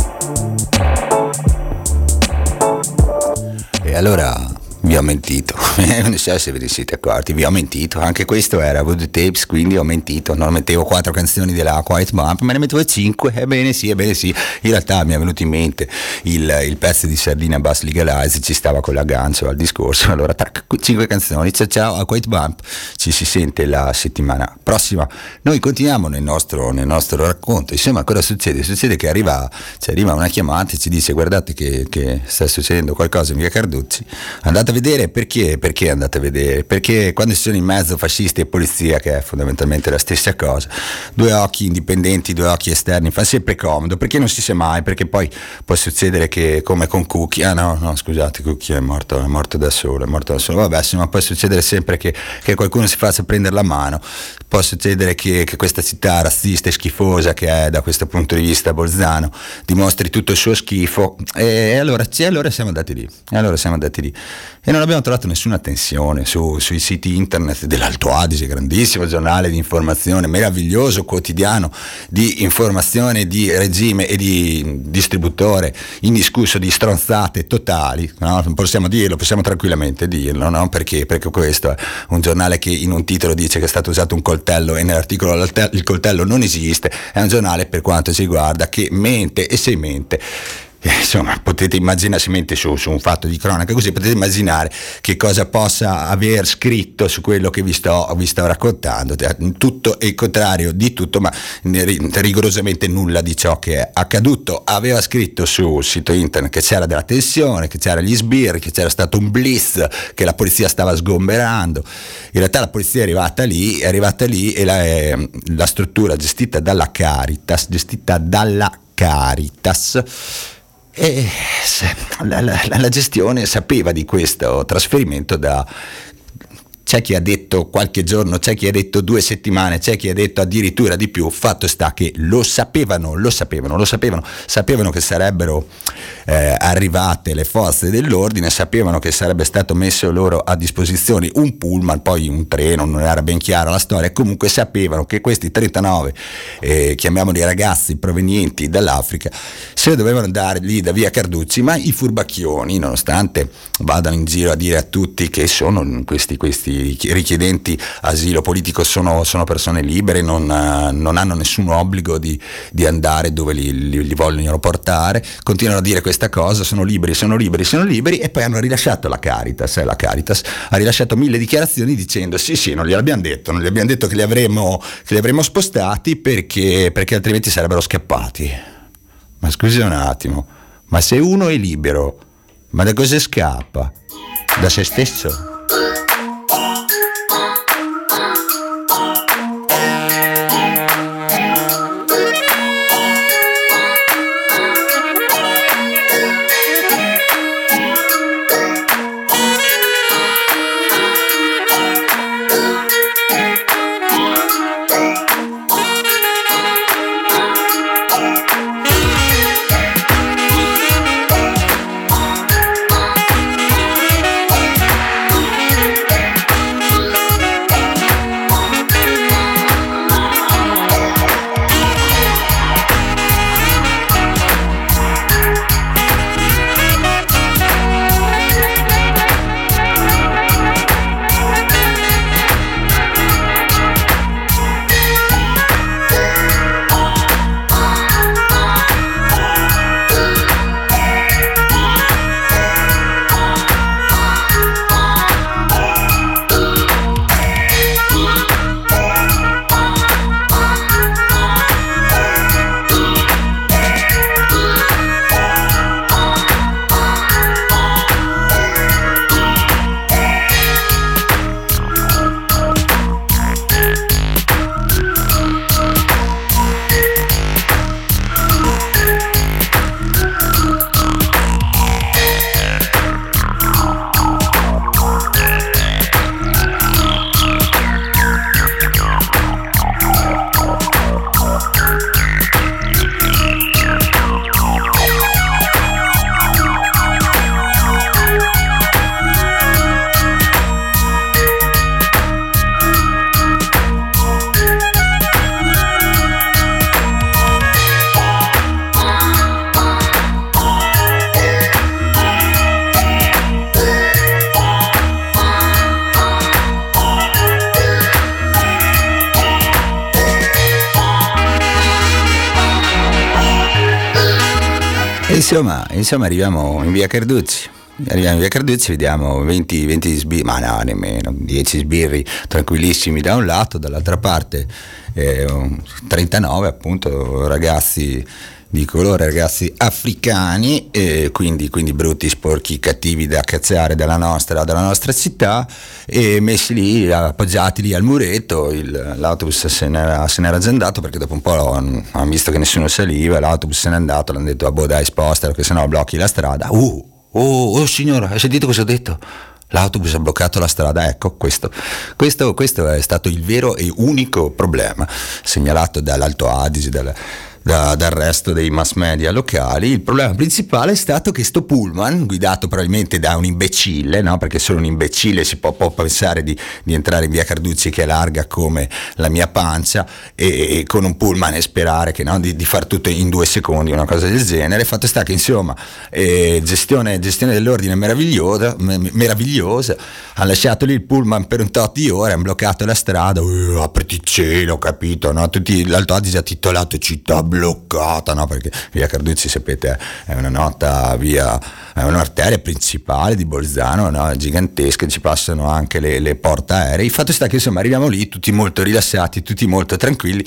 Allora vi ho mentito, non so se ve ne siete accorti, vi ho mentito, anche questo era Voodoo Tapes, quindi ho mentito, non mettevo quattro canzoni della Quiet Bump, me ne mettevo cinque, ebbene sì, ebbene sì, in realtà mi è venuto in mente il, il pezzo di Sardina Bass Legalize, ci stava con l'aggancio al discorso, allora tac, cinque canzoni, ciao ciao a Quiet Bump, ci si sente la settimana prossima. Noi continuiamo nel nostro, nel nostro racconto, insomma cosa succede? Succede che arriva, ci arriva una chiamata e ci dice guardate che, che sta succedendo qualcosa in via Carducci, andate a vedere. Perché? Perché andate a vedere? Perché quando ci sono in mezzo fascisti e polizia, che è fondamentalmente la stessa cosa, due occhi indipendenti, due occhi esterni, fa sempre comodo, perché non si sa mai, perché poi può succedere che come con Cucchi, ah no, no scusate, Cucchi è morto, è morto da solo, è morto da solo, vabbè sì, ma può succedere sempre che, che qualcuno si faccia prendere la mano, può succedere che, che questa città razzista e schifosa che è da questo punto di vista Bolzano dimostri tutto il suo schifo, e allora, e allora siamo andati lì, e allora siamo andati lì e non abbiamo trovato nessuna tensione su, sui siti internet dell'Alto Adige, grandissimo giornale di informazione, meraviglioso quotidiano di informazione, di regime e di distributore indiscusso di stronzate totali, no? Possiamo dirlo, possiamo tranquillamente dirlo, no? Perché? Perché questo è un giornale che in un titolo dice che è stato usato un coltello e nell'articolo il coltello non esiste, è un giornale per quanto ci riguarda che mente, e se mente insomma potete immaginare, si mente su, su un fatto di cronaca così, potete immaginare che cosa possa aver scritto su quello che vi sto, vi sto raccontando, tutto e il contrario di tutto, ma rigorosamente nulla di ciò che è accaduto. Aveva scritto sul sito internet che c'era della tensione, che c'era gli sbirri, che c'era stato un blitz, che la polizia stava sgomberando. In realtà la polizia è arrivata lì, è arrivata lì e la, eh, la struttura gestita dalla Caritas, gestita dalla Caritas e la, la, la gestione sapeva di questo trasferimento da... C'è chi ha detto qualche giorno, c'è chi ha detto due settimane, c'è chi ha detto addirittura di più. Fatto sta che lo sapevano, lo sapevano, lo sapevano, sapevano che sarebbero eh, arrivate le forze dell'ordine, sapevano che sarebbe stato messo loro a disposizione un pullman, poi un treno, non era ben chiara la storia, comunque sapevano che questi trentanove, eh, chiamiamoli ragazzi provenienti dall'Africa, se ne dovevano andare lì da via Carducci, ma i furbacchioni, nonostante vadano in giro a dire a tutti che sono questi, questi richiedenti asilo politico sono, sono persone libere, non, non hanno nessun obbligo di, di andare dove li, li, li vogliono portare, continuano a dire questa cosa, sono liberi, sono liberi, sono liberi, e poi hanno rilasciato la Caritas, eh, la Caritas ha rilasciato mille dichiarazioni dicendo sì sì, non gliel'abbiamo detto, non gli abbiamo detto che li avremmo, che li avremmo spostati perché, perché altrimenti sarebbero scappati. Ma scusi un attimo, ma se uno è libero, ma da cosa scappa? Da se stesso? E insomma, insomma arriviamo in via Carducci. Arriviamo in via Carducci, vediamo venti, venti sbirri, ma no, nemmeno dieci sbirri tranquillissimi da un lato, dall'altra parte eh, trentanove appunto ragazzi di colore, ragazzi africani, e quindi, quindi brutti, sporchi, cattivi da cacciare dalla nostra, dalla nostra città, e messi lì, appoggiati lì al muretto. Il, l'autobus se n'era, se n'era già andato, perché dopo un po' hanno visto che nessuno saliva, l'autobus se n'è andato, l'hanno detto: ah, boh, dai, spostalo che sennò blocchi la strada. Uh, oh, oh signora, hai sentito cosa ho detto? L'autobus ha bloccato la strada. Ecco, questo, questo, questo è stato il vero e unico problema segnalato dall'Alto Adige, dal, da, dal resto dei mass media locali. Il problema principale è stato che sto pullman, guidato probabilmente da un imbecille, no? Perché solo un imbecille si può, può pensare di, di entrare in via Carducci, che è larga come la mia pancia, e, e con un pullman e sperare che, no? di, di far tutto in due secondi, una cosa del genere. Fatto sta che insomma eh, gestione, gestione dell'ordine meravigliosa, me, meravigliosa, hanno lasciato lì il pullman per un tot di ore, hanno bloccato la strada. Uh, apriti cielo, capito, no? Tutti, l'Alto Adige ha titolato città bloccata, no? Perché via Carducci, sapete, è una nota via, è un'arteria principale di Bolzano, no? Gigantesca, ci passano anche le, le portaerei. Il fatto sta che insomma arriviamo lì tutti molto rilassati, tutti molto tranquilli.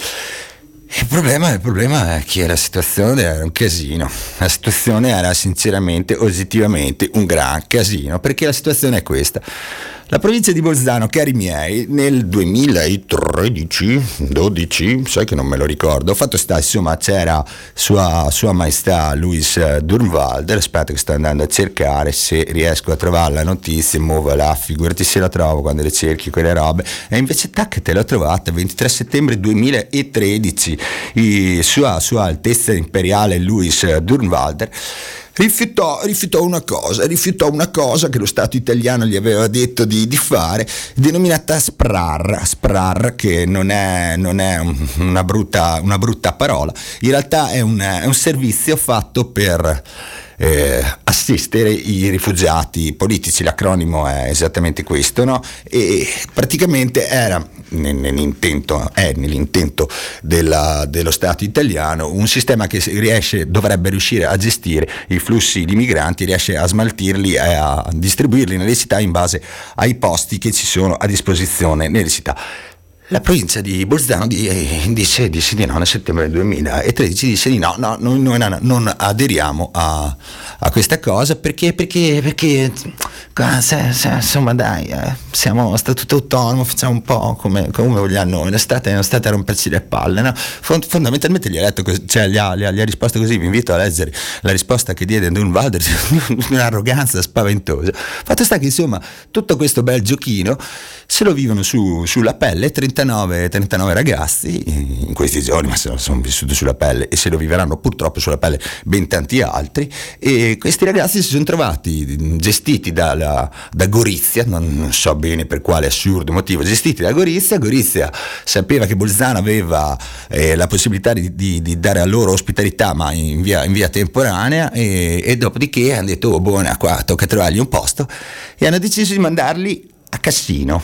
Il problema, il problema è che la situazione era un casino, la situazione era sinceramente, oggettivamente un gran casino, perché la situazione è questa. La provincia di Bolzano, cari miei, nel duemilatredici, dodici, sai che non me lo ricordo, fatto sta, insomma, c'era sua, sua maestà Louis Durnwalder. Aspetta che sto andando a cercare, se riesco a trovare la notizia, mo là, figurati se la trovo quando le cerchi quelle robe, e invece tac, te l'ho trovata, ventitré settembre duemilatredici, I, sua, sua altezza imperiale Louis Durnwalder Rifiutò, rifiutò una cosa, rifiutò una cosa che lo Stato italiano gli aveva detto di, di fare, denominata SPRAR, SPRAR, che non è, non è una, brutta, una brutta parola, in realtà è un, è un servizio fatto per eh, assistere i rifugiati politici. L'acronimo è esattamente questo, no? E praticamente era nell'intento, è nell'intento della, dello Stato italiano un sistema che riesce, dovrebbe riuscire a gestire i flussi di migranti, riesce a smaltirli e a distribuirli nelle città in base ai posti che ci sono a disposizione nelle città. La provincia di Bolzano dice, dice di no, nel settembre duemilatredici dice di no, no, noi, noi no, non aderiamo a, a questa cosa perché, perché, perché se, se, insomma dai, eh, siamo statuto autonomo, facciamo un po' come, come vogliamo noi, non state, non state a romperci le palle, no? Fond- fondamentalmente gli ha, detto così, cioè, gli, ha, gli, ha, gli ha risposto così. Vi invito a leggere la risposta che diede Durnwalder, un'arroganza spaventosa. Fatto sta che insomma tutto questo bel giochino se lo vivono su, sulla pelle trentanove, trentanove ragazzi in questi giorni, ma se sono vissuti sulla pelle e se lo viveranno purtroppo sulla pelle ben tanti altri. E questi ragazzi si sono trovati gestiti dalla, da Gorizia, non, non so bene per quale assurdo motivo, gestiti da Gorizia. Gorizia sapeva che Bolzano aveva eh, la possibilità di, di, di dare a loro ospitalità, ma in via, in via temporanea, e, e dopodiché hanno detto: oh, buona, qua tocca trovargli un posto, e hanno deciso di mandarli a Cassino,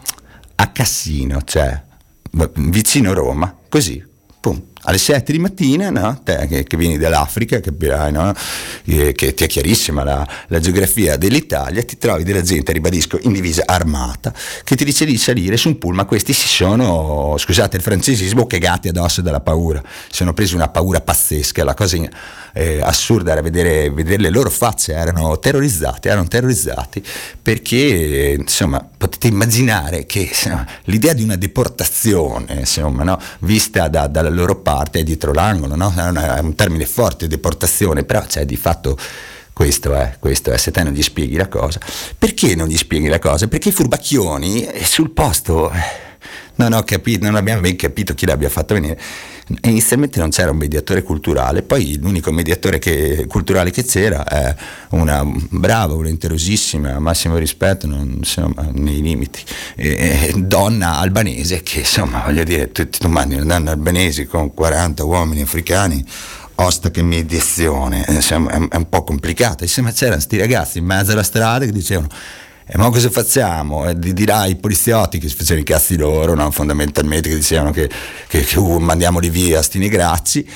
a Cassino, cioè vicino Roma, così, pum, alle sette di mattina, no? Te che, che vieni dall'Africa, capirai, no? Che, che ti è chiarissima la, la geografia dell'Italia, ti trovi della gente, ribadisco, in divisa armata, che ti dice di salire su un pullman. Questi si sono, scusate il francesismo, cagati addosso dalla paura, si sono presi una paura pazzesca. La cosa eh, assurda era vedere, vedere le loro facce, erano terrorizzati, erano terrorizzati perché, insomma, potete immaginare che insomma, l'idea di una deportazione, insomma, no? Vista da, dalla loro parte è dietro l'angolo, no? È un termine forte, deportazione, però cioè, di fatto questo è, questo è, se te non gli spieghi la cosa. Perché non gli spieghi la cosa? Perché i furbacchioni sul posto non ho capito, non abbiamo ben capito chi l'abbia fatto venire. Inizialmente non c'era un mediatore culturale, poi l'unico mediatore che, culturale che c'era è una brava, volenterosissima, massimo rispetto, non, insomma, nei limiti, eh, donna albanese che, insomma, voglio dire, tu ti domandi una donna albanese con quaranta uomini africani, osta che mediazione, insomma, è, è un po' complicata. Insomma, c'erano sti ragazzi in mezzo alla strada che dicevano: e ma cosa facciamo? E di, di là i poliziotti che si facevano i cazzi loro, no? Fondamentalmente, che dicevano che, che, che uh, mandiamoli via sti negracci.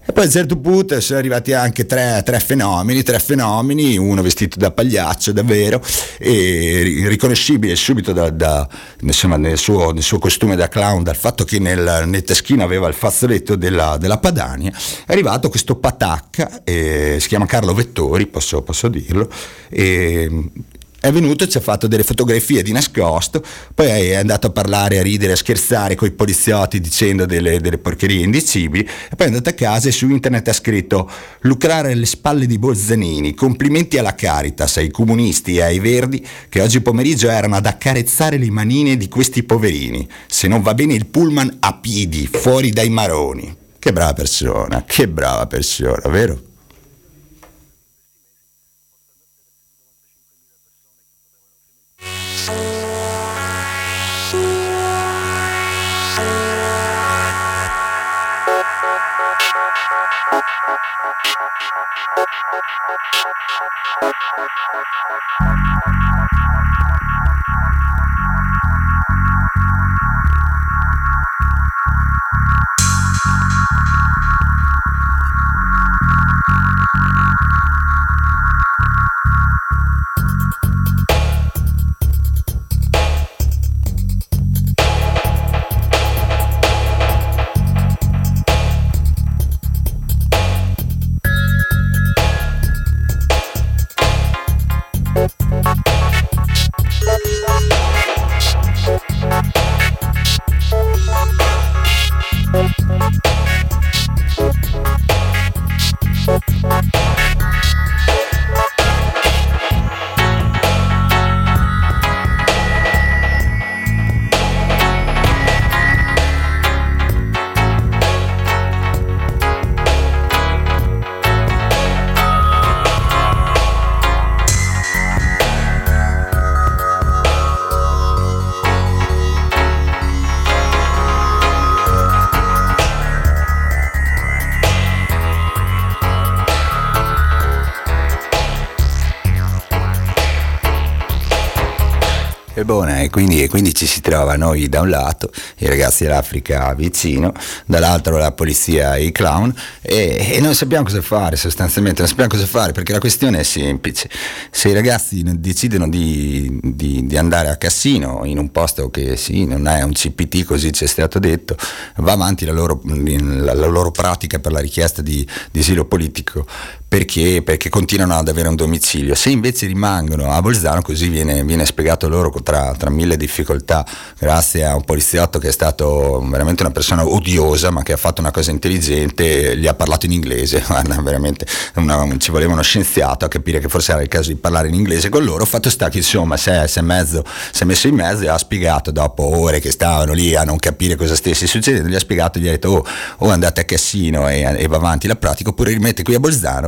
E poi a un certo punto sono arrivati anche tre, tre fenomeni, tre fenomeni, uno vestito da pagliaccio davvero, e riconoscibile subito da, da, insomma, nel, suo, nel suo costume da clown, dal fatto che nel, nel taschino aveva il fazzoletto della, della Padania. È arrivato questo patacca, eh, si chiama Carlo Vettori, posso, posso dirlo, e è venuto, ci ha fatto delle fotografie di nascosto, poi è andato a parlare, a ridere, a scherzare con i poliziotti dicendo delle, delle porcherie indicibili, e poi è andato a casa e su internet ha scritto: lucrare alle spalle di Bolzanini, complimenti alla Caritas, ai comunisti e ai Verdi che oggi pomeriggio erano ad accarezzare le manine di questi poverini, se non va bene il pullman a piedi, fuori dai maroni. Che brava persona, che brava persona, vero? È buona, e quindi, e quindi ci si trova noi da un lato, i ragazzi dell'Africa vicino, dall'altro la polizia e i clown, e, e non sappiamo cosa fare sostanzialmente, non sappiamo cosa fare, perché la questione è semplice. Se i ragazzi decidono di, di, di andare a Cassino, in un posto che sì, non è un C P T, così ci è stato detto, va avanti la loro, la, la loro pratica per la richiesta di, di asilo politico, perché, perché continuano ad avere un domicilio. Se invece rimangono a Bolzano, così viene, viene spiegato loro tra, tra mille difficoltà, grazie a un poliziotto che è stato veramente una persona odiosa, ma che ha fatto una cosa intelligente, gli ha parlato in inglese. Guarda, veramente una, ci voleva uno scienziato a capire che forse era il caso di parlare in inglese con loro. Fatto sta che insomma si è, si è, mezzo, si è messo in mezzo e ha spiegato, dopo ore che stavano lì a non capire cosa stesse succedendo, gli ha spiegato, gli ha detto oh, o andate a Cassino e, e va avanti la pratica, oppure rimette qui a Bolzano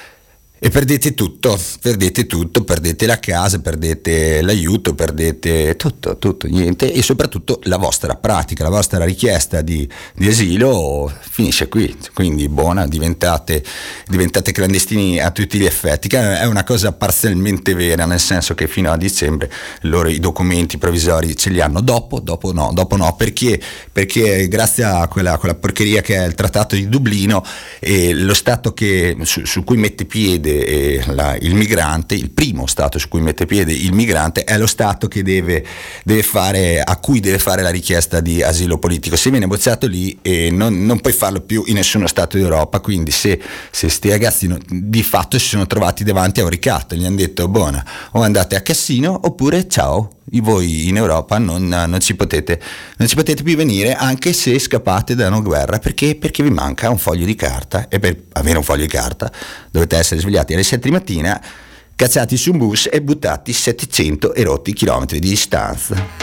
e perdete tutto, perdete tutto, perdete la casa, perdete l'aiuto, perdete tutto, tutto, niente, e soprattutto la vostra pratica, la vostra richiesta di, di asilo finisce qui. Quindi buona, diventate, diventate clandestini a tutti gli effetti, che è una cosa parzialmente vera, nel senso che fino a dicembre loro i documenti provvisori ce li hanno, dopo, dopo no, dopo no, perché? Perché grazie a quella, quella porcheria che è il Trattato di Dublino, e lo Stato che, su, su cui mette piede e la, il migrante, il primo Stato su cui mette piede il migrante è lo Stato che deve, deve fare, a cui deve fare la richiesta di asilo politico. Se viene bocciato lì, e non, non puoi farlo più in nessuno Stato d'Europa. Quindi se, se sti ragazzi no, di fatto si sono trovati davanti a un ricatto, gli hanno detto buona, o andate a Cassino oppure ciao, voi in Europa non, non, ci potete, non ci potete più venire, anche se scappate da una guerra, perché, perché vi manca un foglio di carta, e per avere un foglio di carta dovete essere svegliati alle sette di mattina, cacciati su un bus e buttati settecento e rotti chilometri di distanza.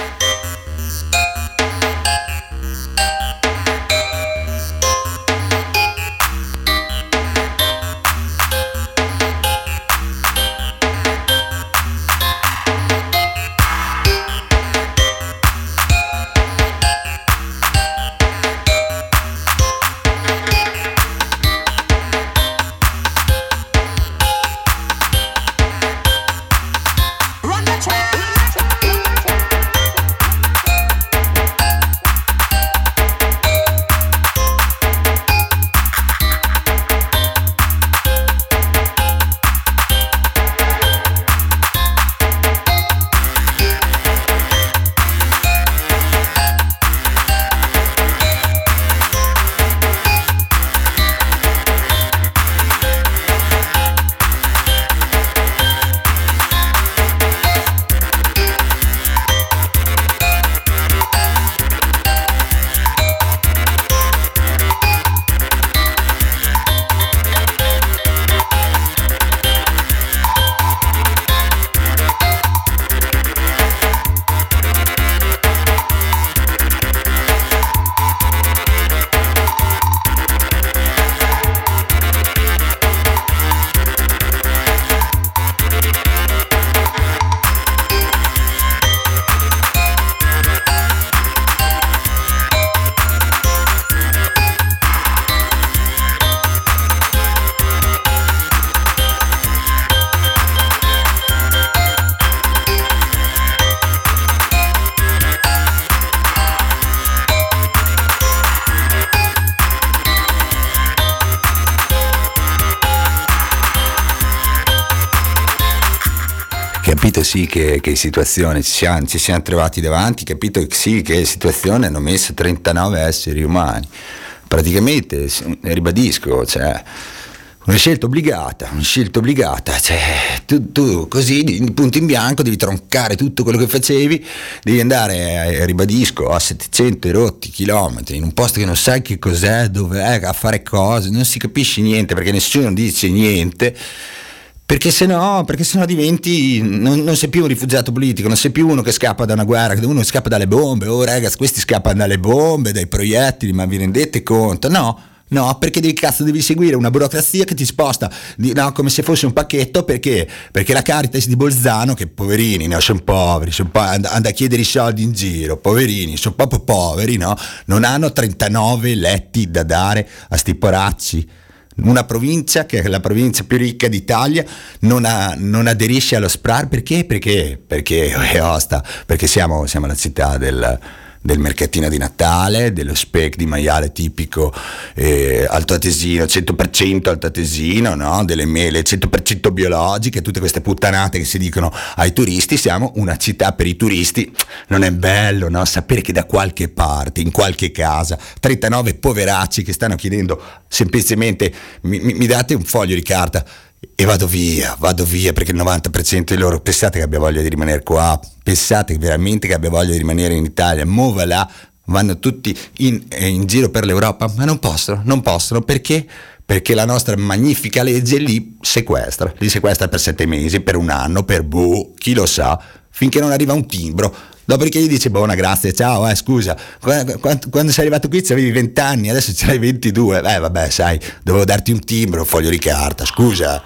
capito sì che, che situazione ci siamo, ci siamo trovati davanti, capito sì che situazione hanno messo trentanove esseri umani, praticamente, ribadisco, cioè una scelta obbligata, una scelta obbligata, cioè tu, tu così di punto in bianco devi troncare tutto quello che facevi, devi andare, eh, ribadisco, a settecento rotti chilometri in un posto che non sai che cos'è, dov'è, a fare cose, non si capisce niente perché nessuno dice niente. Perché se no, perché se no diventi, non, non sei più un rifugiato politico, non sei più uno che scappa da una guerra, uno che scappa dalle bombe. Oh ragazzi, questi scappano dalle bombe, dai proiettili, ma vi rendete conto? No, no, perché devi, cazzo, devi seguire una burocrazia che ti sposta, di, no, come se fosse un pacchetto, perché? Perché la Caritas di Bolzano, che poverini, no, sono poveri, sono po- and- and a chiedere i soldi in giro, poverini, sono proprio poveri, no? Non hanno trentanove letti da dare a sti poracci. Una provincia che è la provincia più ricca d'Italia non, ha, non aderisce allo S P R A R, perché? Perché? Perché è Osta, perché siamo, siamo la città del, del mercatino di Natale, dello speck di maiale tipico eh, altoatesino, cento per cento altoatesino, no? Delle mele cento per cento biologiche, tutte queste puttanate che si dicono ai turisti. Siamo una città per i turisti. Non è bello, no? Sapere che da qualche parte, in qualche casa, trentanove poveracci che stanno chiedendo semplicemente mi, mi, mi date un foglio di carta e vado via, vado via, perché il novanta per cento di loro, pensate che abbia voglia di rimanere qua, pensate veramente che abbia voglia di rimanere in Italia, mo va là, vanno tutti in, in giro per l'Europa, ma non possono, non possono, perché? Perché la nostra magnifica legge li sequestra, li sequestra per sette mesi, per un anno, per boh, chi lo sa, finché non arriva un timbro. Dopodiché gli dice buona grazie, ciao, eh, scusa, quando, quando sei arrivato qui avevi venti anni, adesso ce l'hai ventidue, eh vabbè sai, dovevo darti un timbro, un foglio di carta, scusa.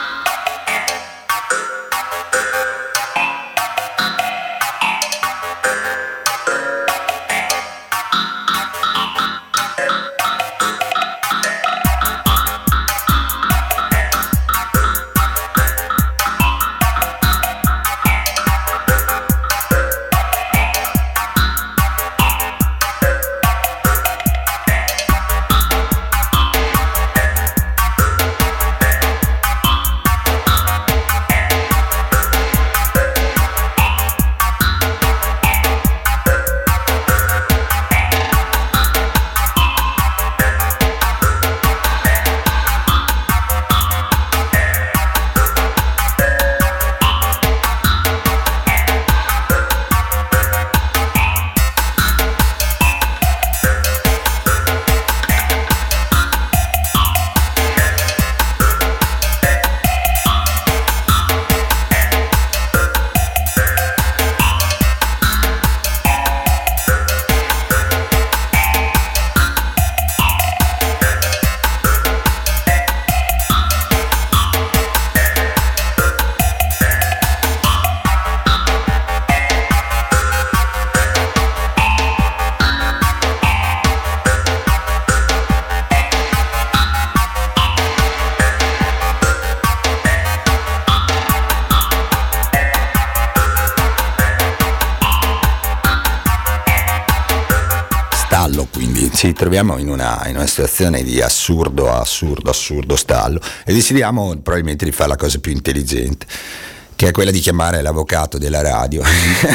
Ci troviamo in una, in una situazione di assurdo, assurdo, assurdo stallo e decidiamo probabilmente di fare la cosa più intelligente, che è quella di chiamare l'avvocato della radio.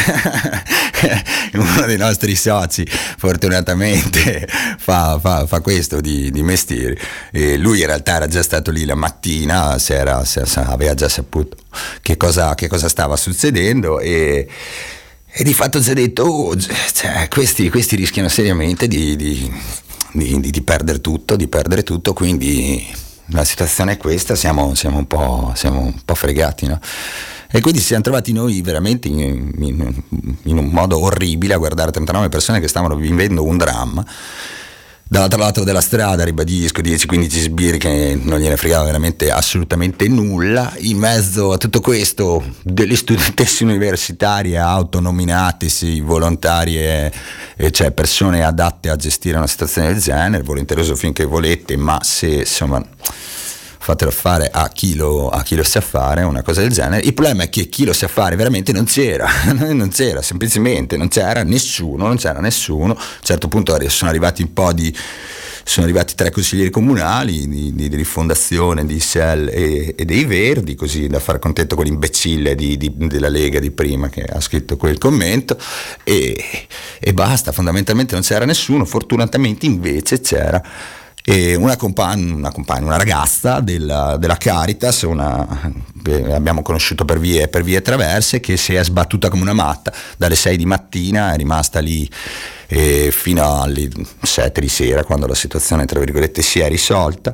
Uno dei nostri soci fortunatamente fa, fa, fa questo di, di mestiere, e lui in realtà era già stato lì la mattina, si era, si, aveva già saputo che cosa, che cosa stava succedendo e E di fatto si è detto, oh, cioè, questi, questi rischiano seriamente di, di, di, di perdere tutto, di perdere tutto, quindi la situazione è questa, siamo, siamo, un, po', siamo un po' fregati, no? E quindi ci siamo trovati noi veramente in, in, in un modo orribile a guardare trentanove persone che stavano vivendo un dramma. Dall'altro lato della strada, ribadisco, dieci quindici sbirri che non gliene fregava veramente assolutamente nulla. In mezzo a tutto questo delle studentesse universitarie autonominatesi volontarie, e cioè persone adatte a gestire una situazione del genere, volenteroso finché volete, ma se insomma fatelo fare a chi, lo, a chi lo sa fare una cosa del genere. Il problema è che chi lo sa fare veramente non c'era, non c'era, semplicemente non c'era nessuno, non c'era nessuno. A un certo punto sono arrivati un po' di sono arrivati tre consiglieri comunali di, di, di Rifondazione, di S E L e, e dei Verdi, così da far contento quell'imbecille di, di, della Lega di prima che ha scritto quel commento, e, e basta, fondamentalmente non c'era nessuno. Fortunatamente invece c'era e una compagna, una, compagna, una ragazza della, della Caritas, una, che abbiamo conosciuto per vie, per vie traverse, che si è sbattuta come una matta dalle sei di mattina, è rimasta lì eh, fino alle sette di sera, quando la situazione tra virgolette si è risolta.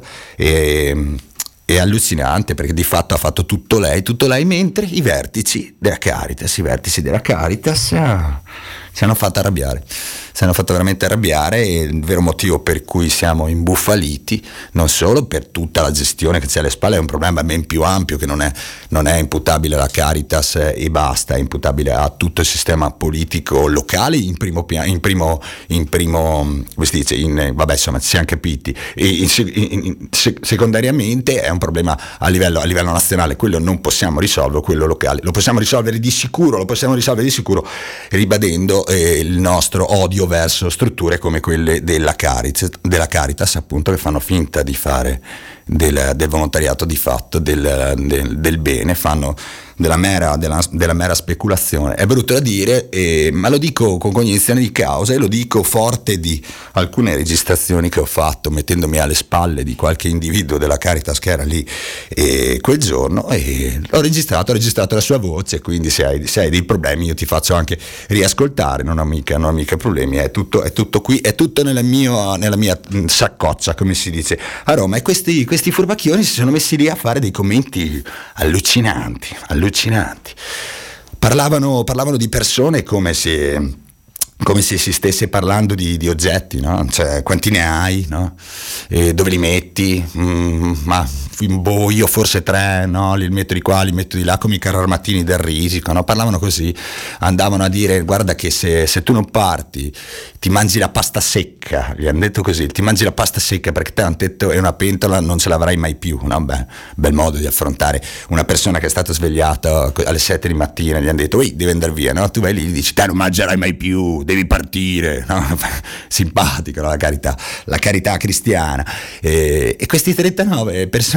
E, è allucinante perché di fatto ha fatto tutto lei, tutto lei, mentre i vertici della Caritas, i vertici della Caritas ah, ci hanno fatto arrabbiare, ci hanno fatto veramente arrabbiare, e il vero motivo per cui siamo imbufaliti, non solo per tutta la gestione che c'è alle spalle, è un problema ben più ampio che non è, non è imputabile alla Caritas e basta, è imputabile a tutto il sistema politico locale in primo piano, in primo, in primo come si dice, in, vabbè insomma ci siamo capiti, e in, in, in, secondariamente è un problema a livello, a livello nazionale, quello non possiamo risolverlo, quello locale lo possiamo risolvere di sicuro, lo possiamo risolvere di sicuro ribadendo eh, il nostro odio verso strutture come quelle della Caritas, della Caritas appunto, che fanno finta di fare del, del volontariato di fatto, del, del, del bene, fanno della mera, della, della mera speculazione. È brutto da dire, eh, ma lo dico con cognizione di causa, e lo dico forte di alcune registrazioni che ho fatto mettendomi alle spalle di qualche individuo della Caritas che era lì eh, quel giorno, e l'ho registrato, ho registrato la sua voce, quindi se hai, se hai dei problemi io ti faccio anche riascoltare, non ho mica, non ho mica problemi, è tutto, è tutto qui, è tutto nella, mio, nella mia saccoccia, come si dice a Roma, e questi, questi furbacchioni si sono messi lì a fare dei commenti allucinanti, allucinanti. Parlavano, parlavano di persone come se, come se si stesse parlando di, di oggetti, no? Cioè, quanti ne hai, no? E dove li metti? Mm, ma boh, io forse tre, no? Li metto di qua, li metto di là, come i carri armatini del risico, no? Parlavano così, andavano a dire guarda che se, se tu non parti ti mangi la pasta secca, gli hanno detto così, ti mangi la pasta secca perché te hanno detto è una pentola, non ce l'avrai mai più, no? Beh, bel modo di affrontare una persona che è stata svegliata alle sette di mattina, gli hanno detto ehi, devi andare via, no? Tu vai lì e gli dici te non mangerai mai più, devi partire, no? Simpatico, no? La carità, la carità cristiana. E, e questi trentanove personaggi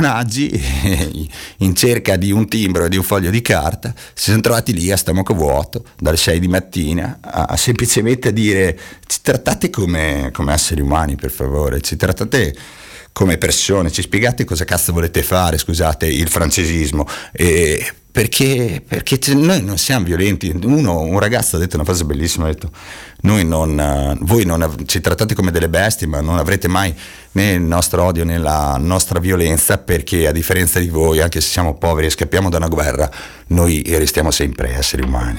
in cerca di un timbro e di un foglio di carta si sono trovati lì a stomaco vuoto dalle sei di mattina a, a semplicemente dire ci trattate come, come esseri umani, per favore, ci trattate come persone, ci spiegate cosa cazzo volete fare, scusate il francesismo, e perché, perché noi non siamo violenti. Uno, un ragazzo ha detto una frase bellissima, ha detto noi non, voi non ci trattate come delle bestie, ma non avrete mai né il nostro odio né la nostra violenza, perché a differenza di voi, anche se siamo poveri e scappiamo da una guerra, noi restiamo sempre esseri umani.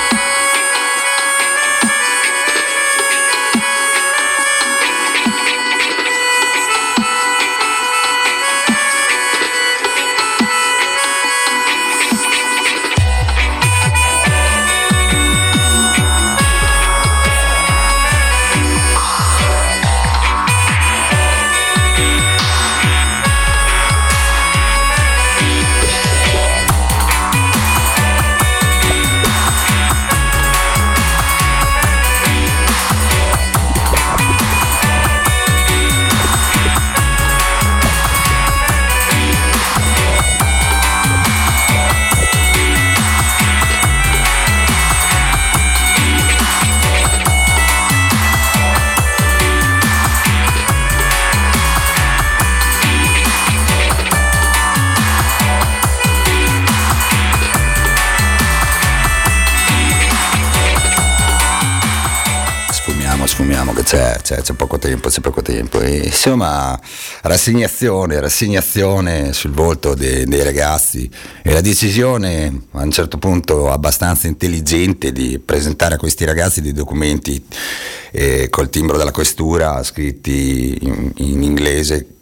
Sfumiamo che c'è, c'è, c'è poco tempo, c'è poco tempo. E insomma, rassegnazione, rassegnazione sul volto de, dei ragazzi, e la decisione a un certo punto abbastanza intelligente di presentare a questi ragazzi dei documenti eh, col timbro della questura scritti in, in inglese, che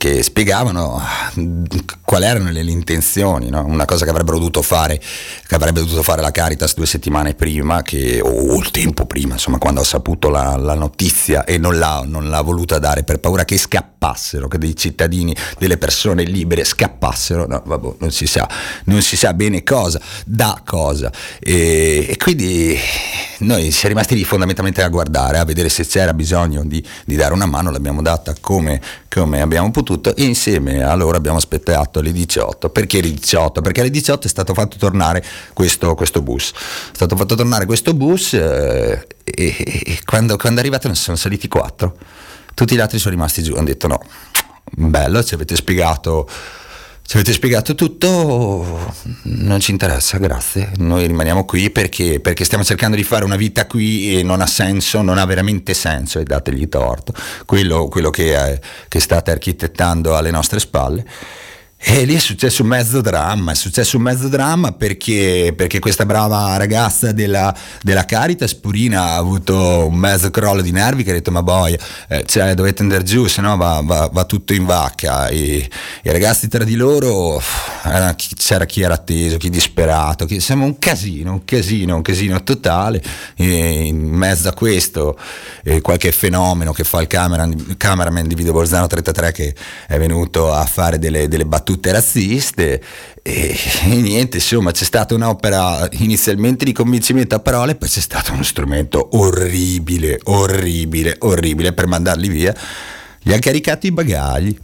che spiegavano quali erano le, le intenzioni, no? Una cosa che avrebbero dovuto fare, che avrebbe dovuto fare la Caritas due settimane prima, che, o il tempo prima, insomma, quando ha saputo la, la notizia e non l'ha, non l'ha voluta dare per paura che scappassero, che dei cittadini, delle persone libere scappassero, no, vabbè, non si sa, non si sa bene cosa, da cosa, e, e quindi noi siamo rimasti lì fondamentalmente a guardare, a vedere se c'era bisogno di, di dare una mano. L'abbiamo data come, come abbiamo potuto, e insieme a loro abbiamo aspettato alle diciotto. Perché alle diciotto? Perché alle diciotto è stato fatto tornare questo, questo bus, è stato fatto tornare questo bus eh, e, e quando, quando è arrivato ne sono saliti quattro, tutti gli altri sono rimasti giù, hanno detto no, bello, ci avete spiegato Ci avete spiegato tutto, non ci interessa, grazie, noi rimaniamo qui perché, perché stiamo cercando di fare una vita qui e non ha senso, non ha veramente senso, e dategli torto, quello, quello che, è, che state architettando alle nostre spalle. E lì è successo un mezzo dramma, è successo un mezzo dramma perché, perché questa brava ragazza della, della Caritas, Purina, ha avuto un mezzo crollo di nervi, che ha detto ma boia, eh, cioè, dovete andare giù, se no va, va, va tutto in vacca. E i ragazzi tra di loro, era, c'era chi era atteso, chi disperato, chi, insomma un casino, un casino, un casino totale. E in mezzo a questo eh, qualche fenomeno che fa il cameraman, cameraman di Video Bolzano trentatré, che è venuto a fare delle, delle battute razziste, e, e niente, insomma c'è stata un'opera inizialmente di convincimento a parole, poi c'è stato uno strumento orribile, orribile, orribile per mandarli via. Gli ha caricato i bagagli,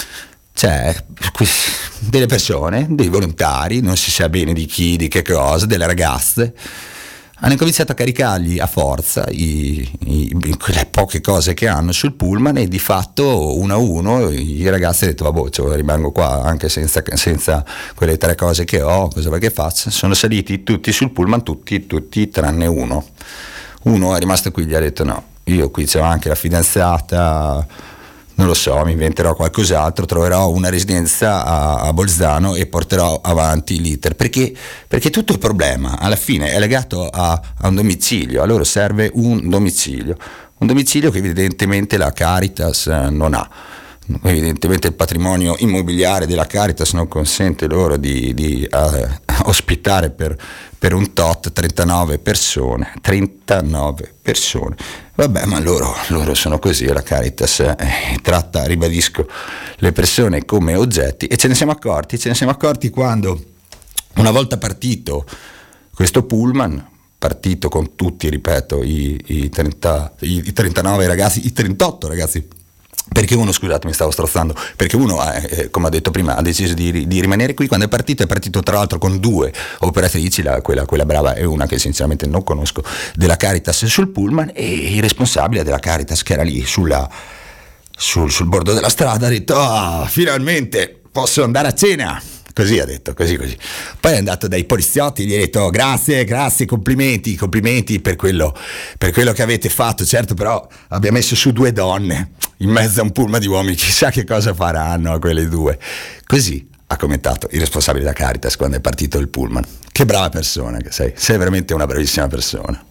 cioè delle persone, dei volontari, non si sa bene di chi, di che cosa, delle ragazze. Hanno cominciato a caricargli a forza i, i, quelle poche cose che hanno sul pullman, e di fatto uno a uno i ragazzi hanno detto vabbè, cioè, rimango qua anche senza, senza quelle tre cose che ho, cosa vuoi che faccia? Sono saliti tutti sul pullman, tutti, tutti tranne uno. Uno è rimasto qui, gli ha detto no, io qui c'ho anche la fidanzata, non lo so, mi inventerò qualcos'altro, troverò una residenza a, a Bolzano e porterò avanti l'iter, perché, perché tutto il problema alla fine è legato a, a un domicilio. A loro serve un domicilio, un domicilio che evidentemente la Caritas non ha. Evidentemente il patrimonio immobiliare della Caritas non consente loro di, di uh, ospitare per, per un tot trentanove persone, trentanove persone. Vabbè, ma loro, loro sono così, la Caritas eh, tratta, ribadisco, le persone come oggetti, e ce ne siamo accorti, ce ne siamo accorti quando, una volta partito questo pullman, partito con tutti, ripeto, i, i, trenta, i, i trentanove ragazzi, i trentotto ragazzi, perché uno, scusate, mi stavo strozzando, perché uno, eh, come ho detto prima, ha deciso di, di rimanere qui. Quando è partito, è partito tra l'altro con due operatrici, la, quella, quella brava e una che sinceramente non conosco, della Caritas sul pullman, e il responsabile della Caritas, che era lì sulla, sul, sul bordo della strada, ha detto oh, finalmente posso andare a cena. Così ha detto, così così. Poi è andato dai poliziotti, gli ha detto grazie, grazie, complimenti, complimenti per quello, per quello che avete fatto. Certo, però abbiamo messo su due donne in mezzo a un pullman di uomini, chissà che cosa faranno a quelle due. Così ha commentato il responsabile della Caritas quando è partito il pullman. Che brava persona che sei, sei veramente una bravissima persona.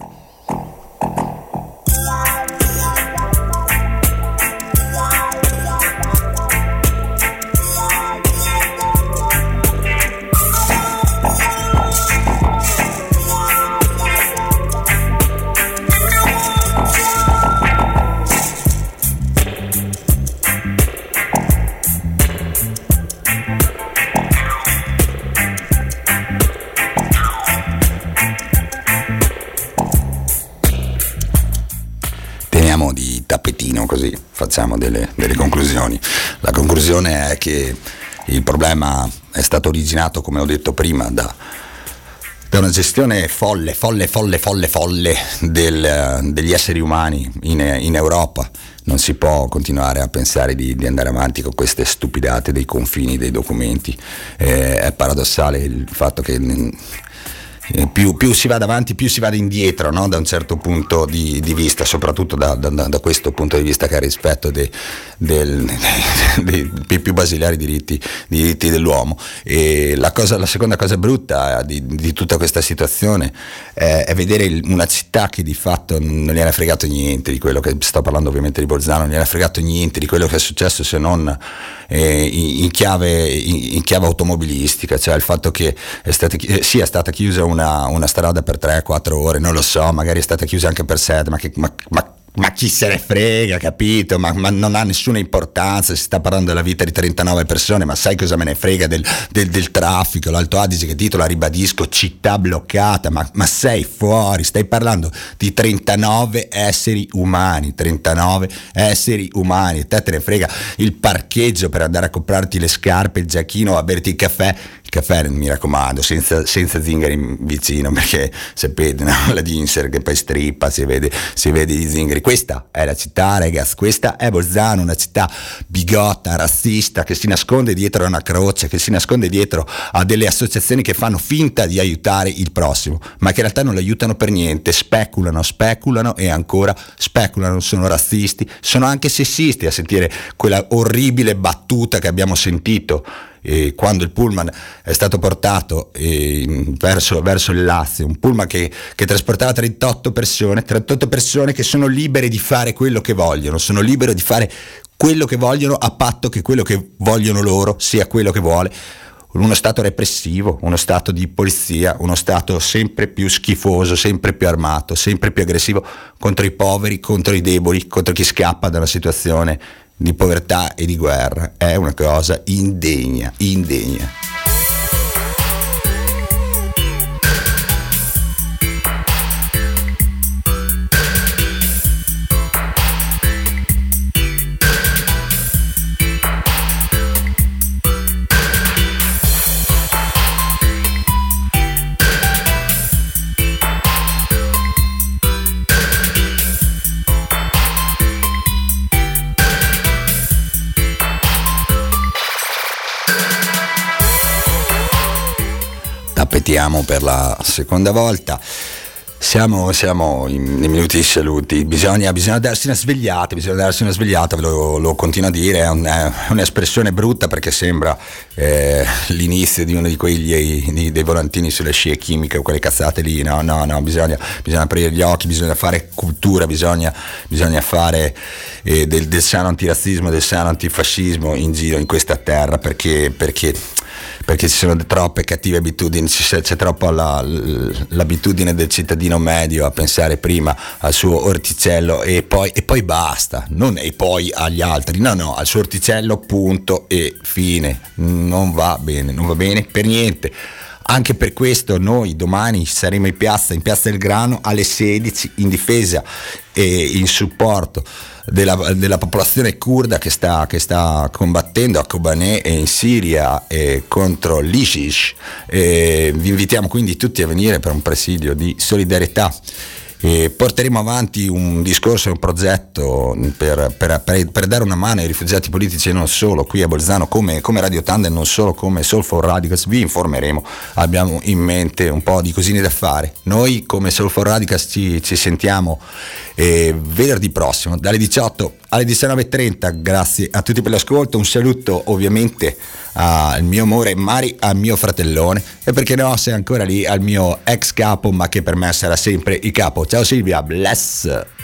Tappetino, così facciamo delle, delle conclusioni. La conclusione è che il problema è stato originato, come ho detto prima, da, da una gestione folle, folle, folle, folle, folle del, degli esseri umani in, in Europa. Non si può continuare a pensare di, di andare avanti con queste stupidate dei confini, dei documenti. Eh, è paradossale il fatto che eh, più, più si va davanti più si va indietro, no? Da un certo punto di, di vista, soprattutto da, da, da questo punto di vista che è il rispetto dei, del, dei, dei più basilari diritti, diritti dell'uomo. E la, cosa, la seconda cosa brutta di, di tutta questa situazione è, è vedere il, una città che di fatto non gliene ha fregato niente di quello che, sto parlando ovviamente di Bolzano, non gliene ha fregato niente di quello che è successo, se non eh, in, in, chiave, in, in chiave automobilistica, cioè il fatto che è stata, eh, sia stata chiusa una, una strada per tre quattro ore, non lo so, magari è stata chiusa anche per sette, ma, che, ma, ma Ma chi se ne frega, capito? Ma, ma non ha nessuna importanza, si sta parlando della vita di trentanove persone, ma sai cosa me ne frega del, del, del traffico? L'Alto Adige che titola, ribadisco, città bloccata, ma, ma sei fuori, stai parlando di trentanove esseri umani, trentanove esseri umani, e te te ne frega il parcheggio per andare a comprarti le scarpe, il giacchino, a berti il caffè. Caffè, mi raccomando, senza, senza zingari vicino, perché sapete, no? La Ginser che poi strippa, si vede, si vede gli zingari. Questa è la città, ragazzi, questa è Bolzano, una città bigotta, razzista, che si nasconde dietro a una croce, che si nasconde dietro a delle associazioni che fanno finta di aiutare il prossimo, ma che in realtà non lo aiutano per niente, speculano, speculano e ancora speculano, sono razzisti, sono anche sessisti, a sentire quella orribile battuta che abbiamo sentito E quando il pullman è stato portato eh, verso, verso il Lazio, un pullman che, che trasportava trentotto persone, trentotto persone che sono libere di fare quello che vogliono, sono libere di fare quello che vogliono a patto che quello che vogliono loro sia quello che vuole uno stato repressivo, uno stato di polizia, uno stato sempre più schifoso, sempre più armato, sempre più aggressivo contro i poveri, contro i deboli, contro chi scappa da una situazione di povertà e di guerra. È una cosa indegna, indegna. Tappetiamo per la seconda volta. Siamo, siamo in, nei minuti di saluti. Bisogna, bisogna darsi una svegliata, bisogna darsi una svegliata, ve lo, lo continuo a dire, è, un, è un'espressione brutta perché sembra eh, l'inizio di uno di quegli di, dei volantini sulle scie chimiche o quelle cazzate lì. No, no, no, bisogna, bisogna aprire gli occhi, bisogna fare cultura, bisogna, bisogna fare eh, del, del sano antirazzismo, del sano antifascismo in giro in questa terra, perché perché perché ci sono troppe cattive abitudini, c'è, c'è troppo la, l'abitudine del cittadino medio a pensare prima al suo orticello e poi, e poi basta, non e poi agli altri, no no, al suo orticello punto e fine, non va bene, non va bene per niente. Anche per questo noi domani saremo in piazza, in Piazza del Grano alle sedici in difesa e in supporto della, della popolazione curda che sta, che sta combattendo a Kobané e in Siria e contro l'ISIS. E vi invitiamo quindi tutti a venire per un presidio di solidarietà. E porteremo avanti un discorso e un progetto per, per, per, per dare una mano ai rifugiati politici e non solo qui a Bolzano, come, come Radio Tandem, non solo come Soulful Radicals. Vi informeremo, abbiamo in mente un po' di cosine da fare. Noi come Soulful Radicals ci, ci sentiamo eh, venerdì prossimo dalle diciotto alle diciannove e trenta. Grazie a tutti per l'ascolto, un saluto ovviamente al mio amore Mari, al mio fratellone e perché no, se ancora lì, al mio ex capo, ma che per me sarà sempre il capo. Ciao Silvia, bless.